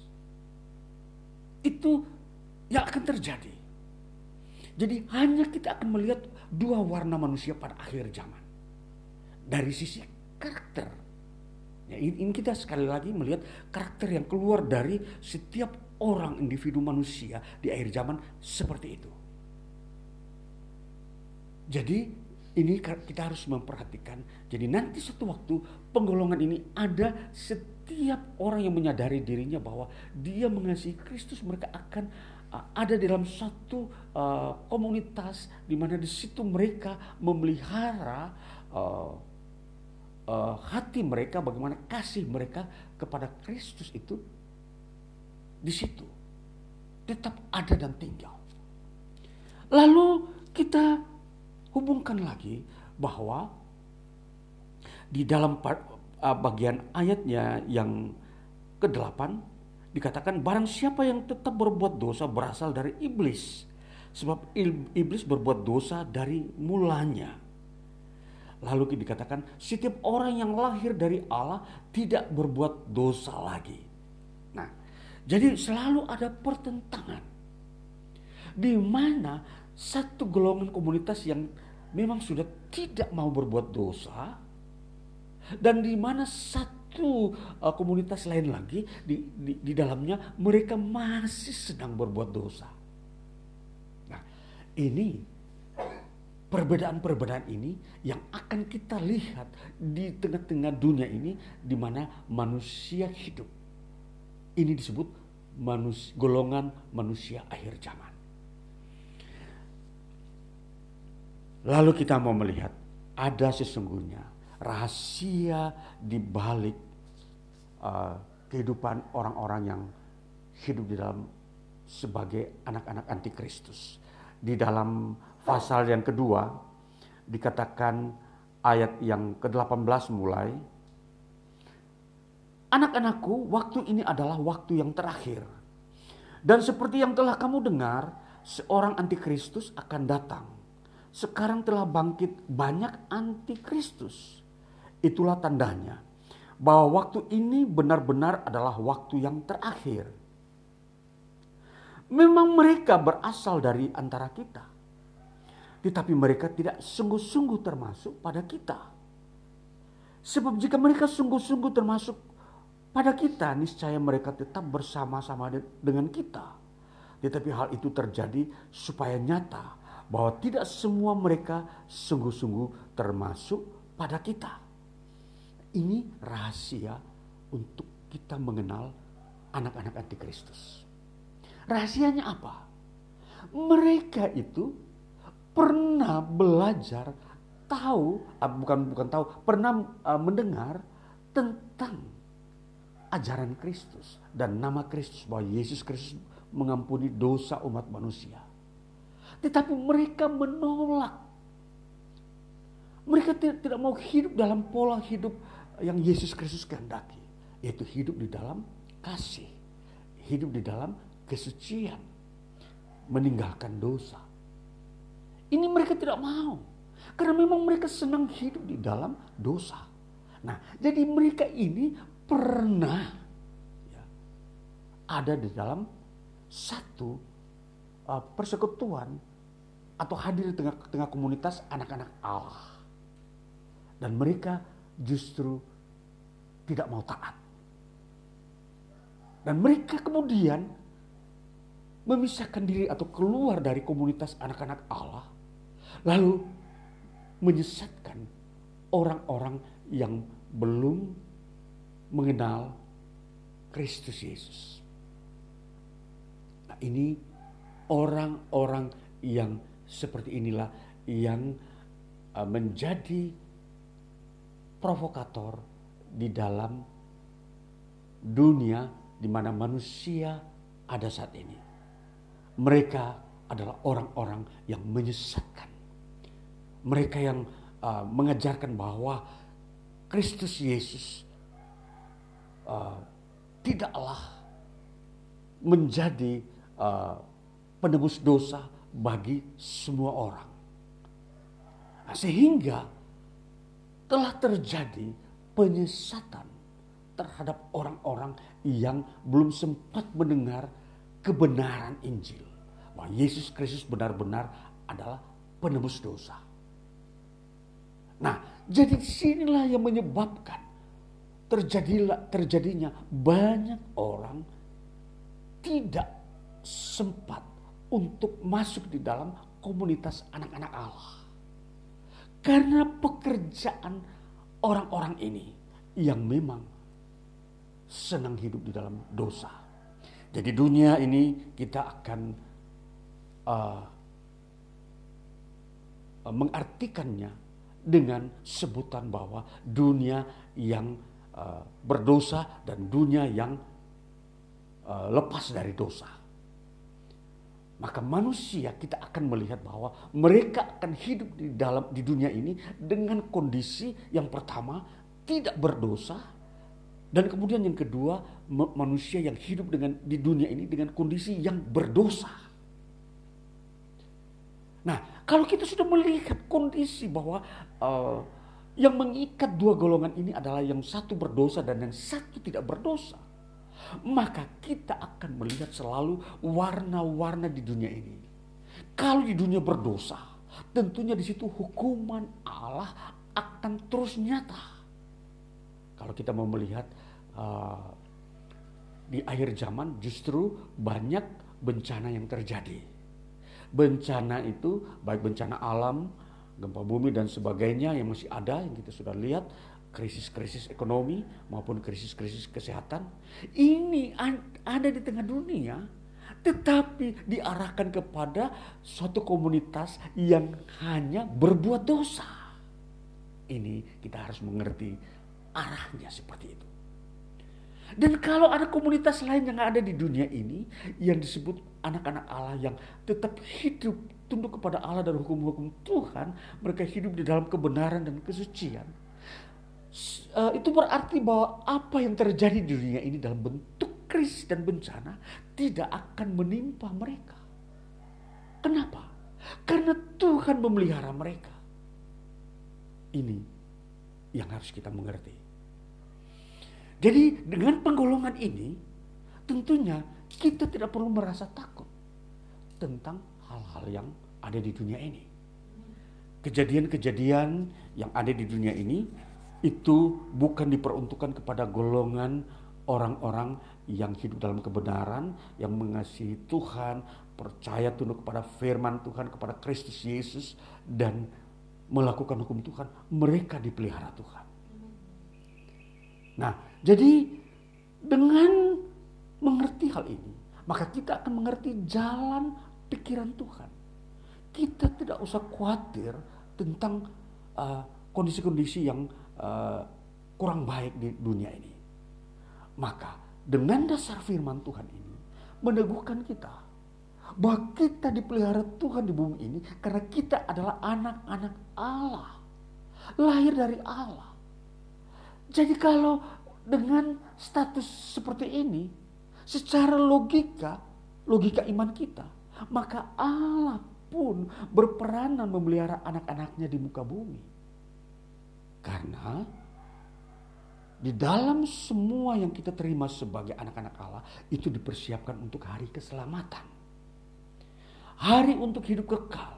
Itu yang akan terjadi. Jadi hanya kita akan melihat dua warna manusia pada akhir zaman. Dari sisi karakter. Ya, ini kita sekali lagi melihat karakter yang keluar dari setiap orang individu manusia di akhir zaman seperti itu. Jadi ini kita harus memperhatikan. Jadi nanti suatu waktu penggolongan ini ada setiap orang yang menyadari dirinya bahwa dia mengasihi Kristus, mereka akan uh, ada dalam satu uh, komunitas di mana di situ mereka memelihara uh, uh, hati mereka, bagaimana kasih mereka kepada Kristus itu di situ tetap ada dan tinggal. Lalu kita hubungkan lagi bahwa di dalam bagian ayatnya yang kedelapan dikatakan barang siapa yang tetap berbuat dosa berasal dari iblis, sebab iblis berbuat dosa dari mulanya. Lalu dikatakan setiap orang yang lahir dari Allah tidak berbuat dosa lagi. Nah, jadi selalu ada pertentangan di mana satu golongan komunitas yang memang sudah tidak mau berbuat dosa, dan di mana satu uh, komunitas lain lagi di, di, di dalamnya mereka masih sedang berbuat dosa. Nah, ini perbedaan-perbedaan ini yang akan kita lihat di tengah-tengah dunia ini, di mana manusia hidup. Ini disebut manus, golongan manusia akhir zaman. Lalu kita mau melihat ada sesungguhnya rahasia di balik uh, kehidupan orang-orang yang hidup di dalam sebagai anak-anak antikristus. Di dalam pasal yang kedua dikatakan ayat yang kedelapan belas mulai, anak-anakku, waktu ini adalah waktu yang terakhir. Dan seperti yang telah kamu dengar, seorang antikristus akan datang. Sekarang telah bangkit banyak antikristus. Itulah tandanya bahwa waktu ini benar-benar adalah waktu yang terakhir. Memang mereka berasal dari antara kita, tetapi mereka tidak sungguh-sungguh termasuk pada kita. Sebab jika mereka sungguh-sungguh termasuk pada kita, niscaya mereka tetap bersama-sama dengan kita. Tetapi hal itu terjadi supaya nyata bahwa tidak semua mereka sungguh-sungguh termasuk pada kita. Ini rahasia untuk kita mengenal anak-anak antikristus. Rahasianya apa? Mereka itu pernah belajar, tahu, bukan bukan tahu, pernah uh, mendengar tentang ajaran Kristus dan nama Kristus, bahwa Yesus Kristus mengampuni dosa umat manusia. Tetapi mereka menolak. Mereka tidak, tidak mau hidup dalam pola hidup yang Yesus Kristus kehendaki. yaitu hidup di dalam kasih, hidup di dalam kesucian, meninggalkan dosa. Ini mereka tidak mau, karena memang mereka senang hidup di dalam dosa. Nah, jadi mereka ini pernah ya, ada di dalam satu uh, persekutuan atau hadir di tengah-tengah komunitas anak-anak Allah. Dan mereka justru tidak mau taat. Dan mereka kemudian memisahkan diri atau keluar dari komunitas anak-anak Allah. Lalu menyesatkan orang-orang yang belum mengenal Kristus Yesus. Nah, ini orang-orang yang seperti inilah yang uh, menjadi provokator di dalam dunia di mana manusia ada saat ini. Mereka adalah orang-orang yang menyesatkan. Mereka yang uh, mengajarkan bahwa Kristus Yesus uh, tidaklah menjadi uh, penebus dosa bagi semua orang. Nah, sehingga telah terjadi penyesatan terhadap orang-orang yang belum sempat mendengar kebenaran Injil. Bahwa Yesus Kristus benar-benar adalah penebus dosa. Nah, jadi disinilah yang menyebabkan terjadilah, terjadinya banyak orang tidak sempat untuk masuk di dalam komunitas anak-anak Allah. Karena pekerjaan orang-orang ini yang memang senang hidup di dalam dosa. Jadi dunia ini kita akan uh, uh, mengartikannya dengan sebutan bahwa dunia yang uh, berdosa dan dunia yang uh, lepas dari dosa. Maka manusia kita akan melihat bahwa mereka akan hidup di dalam di dunia ini dengan kondisi yang pertama tidak berdosa, dan kemudian yang kedua manusia yang hidup dengan di dunia ini dengan kondisi yang berdosa. Nah, kalau kita sudah melihat kondisi bahwa uh, yang mengikat dua golongan ini adalah yang satu berdosa dan yang satu tidak berdosa, maka kita akan melihat selalu warna-warna di dunia ini. Kalau di dunia berdosa, tentunya di situ hukuman Allah akan terus nyata. Kalau kita mau melihat uh, di akhir zaman justru banyak bencana yang terjadi. Bencana itu baik bencana alam, gempa bumi dan sebagainya yang masih ada yang kita sudah lihat. Krisis-krisis ekonomi maupun krisis-krisis kesehatan. Ini ada di tengah dunia, tetapi diarahkan kepada suatu komunitas yang hanya berbuat dosa. Ini kita harus mengerti arahnya seperti itu. Dan kalau ada komunitas lain yang ada di dunia ini yang disebut anak-anak Allah yang tetap hidup tunduk kepada Allah dan hukum-hukum Tuhan, mereka hidup di dalam kebenaran dan kesucian. Uh, itu berarti bahwa apa yang terjadi di dunia ini dalam bentuk krisis dan bencana tidak akan menimpa mereka. Kenapa? Karena Tuhan memelihara mereka. Ini yang harus kita mengerti. Jadi dengan penggolongan ini tentunya kita tidak perlu merasa takut tentang hal-hal yang ada di dunia ini. Kejadian-kejadian yang ada di dunia ini itu bukan diperuntukkan kepada golongan orang-orang yang hidup dalam kebenaran, yang mengasihi Tuhan, percaya tunduk kepada firman Tuhan, kepada Kristus Yesus, dan melakukan hukum Tuhan. Mereka dipelihara Tuhan. Nah, jadi dengan mengerti hal ini, maka kita akan mengerti jalan pikiran Tuhan. Kita tidak usah khawatir tentang uh, kondisi-kondisi yang Uh, kurang baik di dunia ini. Maka dengan dasar firman Tuhan ini meneguhkan kita bahwa kita dipelihara Tuhan di bumi ini karena kita adalah anak-anak Allah, lahir dari Allah. Jadi kalau dengan status seperti ini, secara logika, logika iman kita, maka Allah pun berperanan memelihara anak-anaknya di muka bumi. Karena di dalam semua yang kita terima sebagai anak-anak Allah, itu dipersiapkan untuk hari keselamatan. Hari untuk hidup kekal.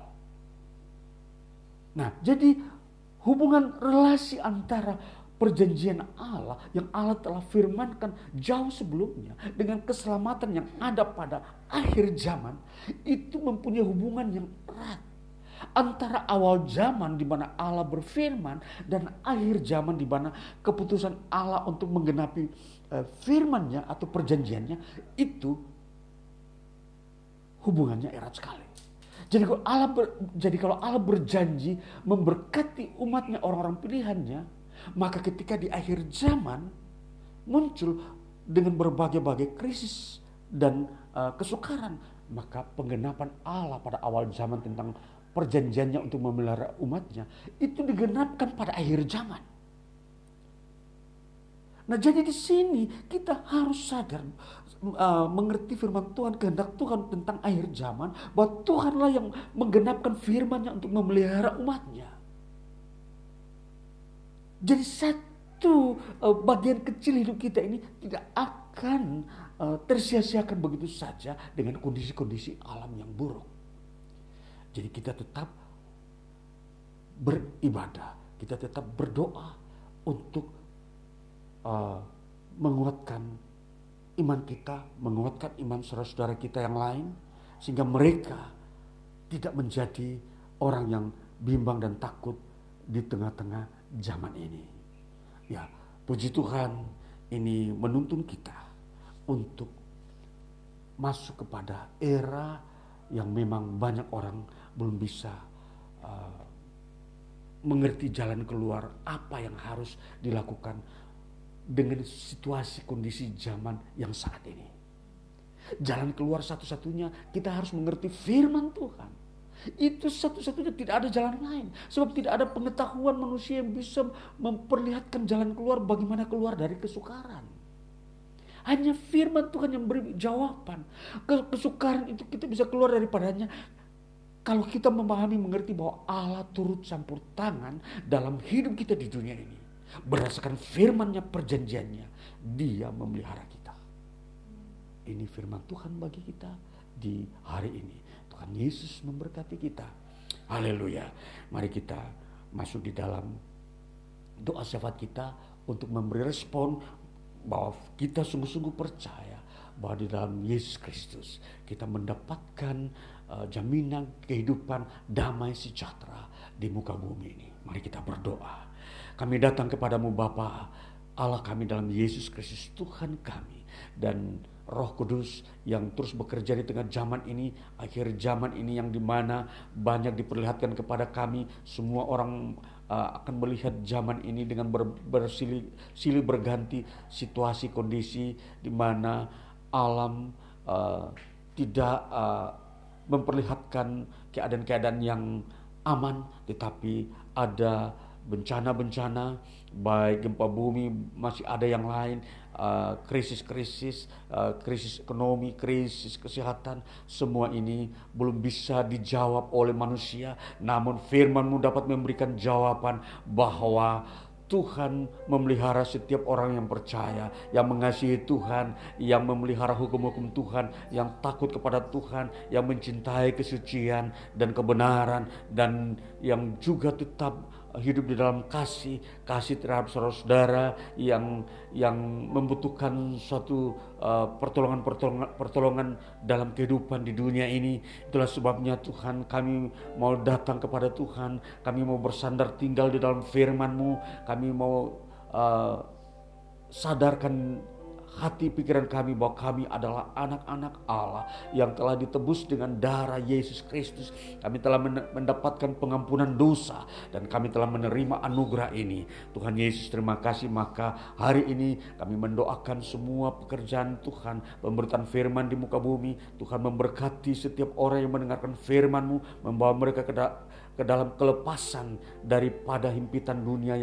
Nah, jadi hubungan relasi antara perjanjian Allah yang Allah telah firmankan jauh sebelumnya dengan keselamatan yang ada pada akhir zaman, itu mempunyai hubungan yang erat antara awal zaman di mana Allah berfirman dan akhir zaman di mana keputusan Allah untuk menggenapi uh, firman-Nya atau perjanjiannya, itu hubungannya erat sekali. Jadi kalau Allah ber, jadi kalau Allah berjanji memberkati umatnya, orang-orang pilihannya, maka ketika di akhir zaman muncul dengan berbagai-bagai krisis dan uh, kesukaran, maka penggenapan Allah pada awal zaman tentang perjanjiannya untuk memelihara umatnya itu digenapkan pada akhir zaman. Nah, jadi di sini kita harus sadar, uh, mengerti firman Tuhan, kehendak Tuhan tentang akhir zaman, bahwa Tuhanlah yang menggenapkan firman-Nya untuk memelihara umatnya. Jadi satu uh, bagian kecil hidup kita ini tidak akan uh, tersia-siakan begitu saja dengan kondisi-kondisi alam yang buruk. Jadi kita tetap beribadah, kita tetap berdoa untuk uh, menguatkan iman kita, menguatkan iman saudara-saudara kita yang lain, sehingga mereka tidak menjadi orang yang bimbang dan takut di tengah-tengah zaman ini. Ya, puji Tuhan, ini menuntun kita untuk masuk kepada era yang memang banyak orang belum bisa uh, mengerti jalan keluar apa yang harus dilakukan dengan situasi kondisi zaman yang saat ini. Jalan keluar satu-satunya kita harus mengerti firman Tuhan. Itu satu-satunya, tidak ada jalan lain. Sebab tidak ada pengetahuan manusia yang bisa memperlihatkan jalan keluar, bagaimana keluar dari kesukaran. Hanya firman Tuhan yang beri jawaban. Kesukaran itu kita bisa keluar daripadanya kalau kita memahami, mengerti bahwa Allah turut campur tangan dalam hidup kita di dunia ini. Berdasarkan firman-Nya, perjanjiannya, Dia memelihara kita. Ini firman Tuhan bagi kita di hari ini. Tuhan Yesus memberkati kita. Haleluya. Mari kita masuk di dalam doa syafaat kita untuk memberi respon bahwa kita sungguh-sungguh percaya bahwa di dalam Yesus Kristus kita mendapatkan uh, jaminan kehidupan damai sejahtera di muka bumi ini. Mari kita berdoa. Kami datang kepadamu Bapa, Allah kami dalam Yesus Kristus, Tuhan kami, dan Roh Kudus yang terus bekerja di tengah zaman ini, akhir zaman ini yang dimana banyak diperlihatkan kepada kami. Semua orang uh, akan melihat zaman ini dengan ber, bersilih silih berganti situasi kondisi di mana alam uh, tidak uh, memperlihatkan keadaan-keadaan yang aman, tetapi ada bencana-bencana, baik gempa bumi, masih ada yang lain, uh, krisis-krisis, uh, krisis ekonomi, krisis kesehatan, semua ini belum bisa dijawab oleh manusia. Namun firman-Mu dapat memberikan jawaban bahwa Tuhan memelihara setiap orang yang percaya, yang mengasihi Tuhan, yang memelihara hukum-hukum Tuhan, yang takut kepada Tuhan, yang mencintai kesucian dan kebenaran, dan yang juga tetap hidup di dalam kasih, kasih terhadap saudara-saudara yang yang membutuhkan suatu uh, pertolongan, pertolongan pertolongan dalam kehidupan di dunia ini. Itulah sebabnya Tuhan, kami mau datang kepada Tuhan, kami mau bersandar tinggal di dalam firman-Mu, kami mau uh, sadarkan hati pikiran kami bahwa kami adalah anak-anak Allah yang telah ditebus dengan darah Yesus Kristus. Kami telah mendapatkan pengampunan dosa dan kami telah menerima anugerah ini. Tuhan Yesus, terima kasih. Maka hari ini kami mendoakan semua pekerjaan Tuhan, pemberitaan firman di muka bumi. Tuhan memberkati setiap orang yang mendengarkan firman-Mu, membawa mereka ke, da- ke dalam kelepasan daripada himpitan dunia yang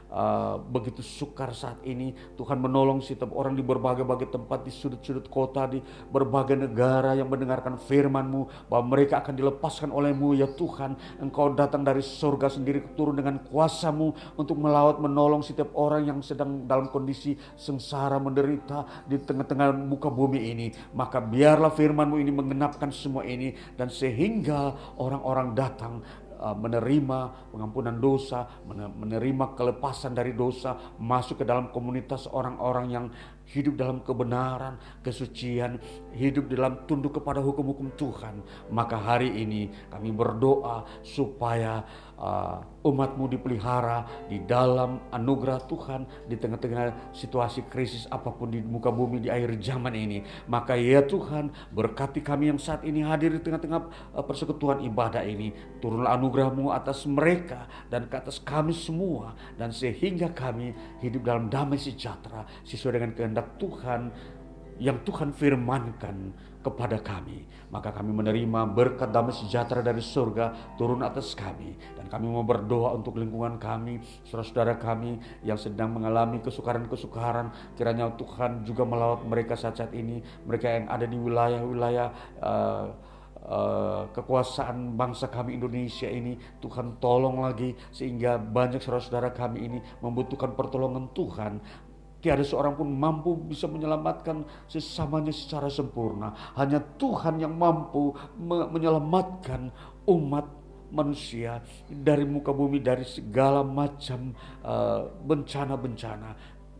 uh, begitu sukar saat ini. Tuhan menolong setiap orang di berbagai-bagai tempat, di sudut-sudut kota, di berbagai negara yang mendengarkan firman-Mu, bahwa mereka akan dilepaskan oleh-Mu ya Tuhan. Engkau datang dari surga sendiri, turun dengan kuasa-Mu untuk melawat, menolong setiap orang yang sedang dalam kondisi sengsara, menderita di tengah-tengah muka bumi ini. Maka biarlah firman-Mu ini menggenapkan semua ini, dan sehingga orang-orang datang menerima pengampunan dosa, menerima kelepasan dari dosa, masuk ke dalam komunitas orang-orang yang hidup dalam kebenaran, kesucian, hidup dalam tunduk kepada hukum-hukum Tuhan. Maka hari ini kami berdoa supaya uh, umat-Mu dipelihara di dalam anugerah Tuhan di tengah-tengah situasi krisis apapun di muka bumi di akhir zaman ini. Maka ya Tuhan, berkati kami yang saat ini hadir di tengah-tengah uh, persekutuan ibadah ini. Turunlah anugerah-Mu atas mereka dan ke atas kami semua, dan sehingga kami hidup dalam damai sejahtera sesuai dengan kehendak Tuhan yang Tuhan firmankan kepada kami. Maka kami menerima berkat damai sejahtera dari surga turun atas kami, dan kami mau berdoa untuk lingkungan kami, saudara-saudara kami yang sedang mengalami kesukaran-kesukaran. Kiranya Tuhan juga melawat mereka saat-saat ini, mereka yang ada di wilayah-wilayah uh, Uh, kekuasaan bangsa kami Indonesia ini. Tuhan tolong lagi, sehingga banyak saudara-saudara kami ini membutuhkan pertolongan Tuhan. Tiada seorang pun mampu bisa menyelamatkan sesamanya secara sempurna. Hanya Tuhan yang mampu me- menyelamatkan umat manusia dari muka bumi, dari segala macam uh, bencana-bencana.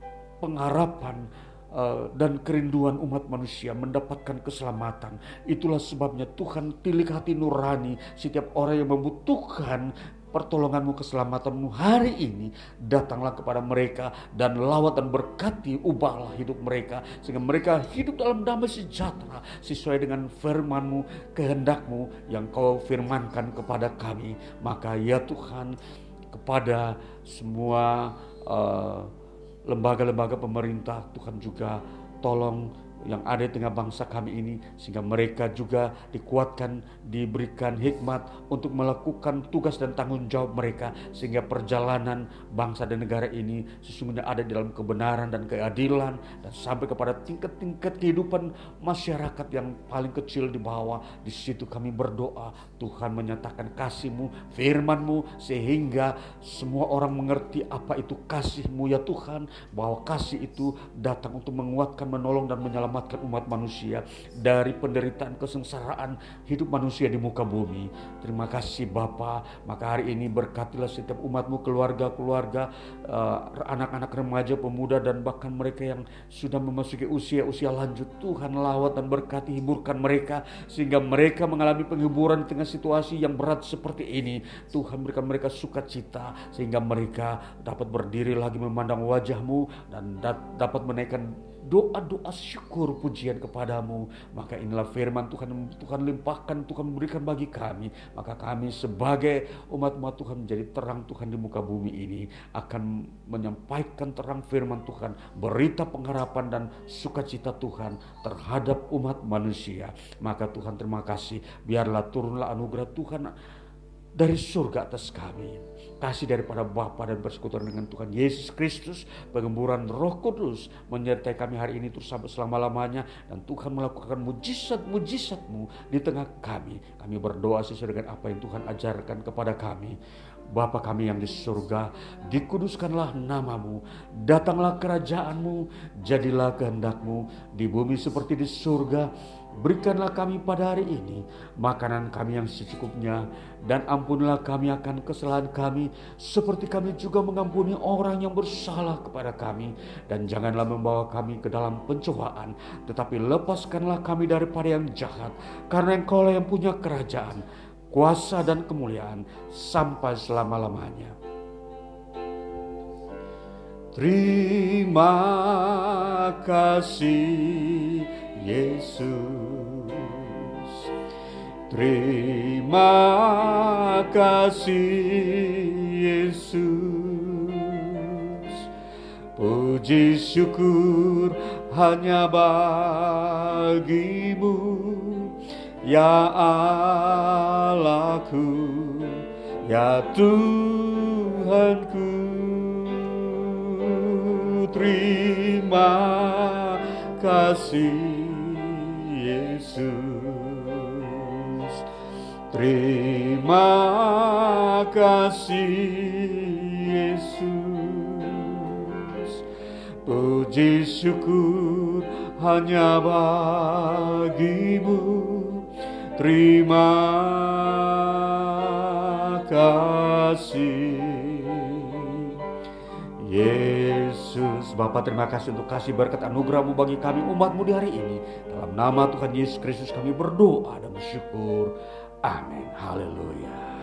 Pengharapan Uh, dan kerinduan umat manusia mendapatkan keselamatan. Itulah sebabnya Tuhan tilik hati nurani setiap orang yang membutuhkan pertolongan-Mu, keselamatan-Mu hari ini. Datanglah kepada mereka dan lawat dan berkati, ubahlah hidup mereka sehingga mereka hidup dalam damai sejahtera sesuai dengan firman-Mu, kehendak-Mu yang Kau firmankan kepada kami. Maka ya Tuhan, kepada semua uh, lembaga-lembaga pemerintah, Tuhan juga tolong yang ada di tengah bangsa kami ini, sehingga mereka juga dikuatkan, diberikan hikmat untuk melakukan tugas dan tanggung jawab mereka, sehingga perjalanan bangsa dan negara ini sesungguhnya ada di dalam kebenaran dan keadilan, dan sampai kepada tingkat-tingkat kehidupan masyarakat yang paling kecil di bawah. Di situ kami berdoa, Tuhan menyatakan kasih-Mu, firman-Mu, sehingga semua orang mengerti apa itu kasih-Mu ya Tuhan, bahwa kasih itu datang untuk menguatkan, menolong dan menyelamatkan umat manusia dari penderitaan kesengsaraan hidup manusia di muka bumi. Terima kasih Bapa. Maka hari ini berkatilah setiap umat-Mu, keluarga-keluarga, uh, anak-anak remaja, pemuda, dan bahkan mereka yang sudah memasuki usia-usia lanjut. Tuhan lawat dan berkati, hiburkan mereka sehingga mereka mengalami penghiburan di tengah situasi yang berat seperti ini. Tuhan berikan mereka sukacita sehingga mereka dapat berdiri lagi memandang wajah-Mu dan dapat menaikkan doa-doa syukur pujian kepadamu. Maka inilah firman Tuhan, Tuhan limpahkan, Tuhan berikan bagi kami. Maka kami sebagai umat-umat Tuhan menjadi terang Tuhan di muka bumi ini, akan menyampaikan terang firman Tuhan, berita pengharapan dan sukacita Tuhan terhadap umat manusia. Maka Tuhan terima kasih, biarlah turunlah anugerah Tuhan dari surga atas kami, kasih daripada Bapa dan persekutuan dengan Tuhan Yesus Kristus, pengemburan Roh Kudus menyertai kami hari ini terus sampai selama-lamanya, dan Tuhan melakukan mujizat-mujizat-Mu di tengah kami. Kami berdoa sesuai dengan apa yang Tuhan ajarkan kepada kami. Bapa kami yang di surga, dikuduskanlah nama-Mu, datanglah kerajaan-Mu, jadilah kehendak-Mu di bumi seperti di surga. Berikanlah kami pada hari ini makanan kami yang secukupnya, dan ampunilah kami akan kesalahan kami seperti kami juga mengampuni orang yang bersalah kepada kami. Dan janganlah membawa kami ke dalam pencobaan, tetapi lepaskanlah kami daripada yang jahat, karena Engkau lah yang punya kerajaan, kuasa dan kemuliaan sampai selama-lamanya. Terima kasih Yesus, terima kasih Yesus, puji syukur hanya bagi-Mu ya Allahku, ya Tuhanku. terima kasih Yesus. Terima kasih Yesus. Puji syukur hanya bagimu. Terima kasih Yesus. Bapa, terima kasih untuk kasih berkat anugerah-Mu bagi kami umat-Mu di hari ini. Dalam nama Tuhan Yesus Kristus kami berdoa dan bersyukur. Amin. Haleluya.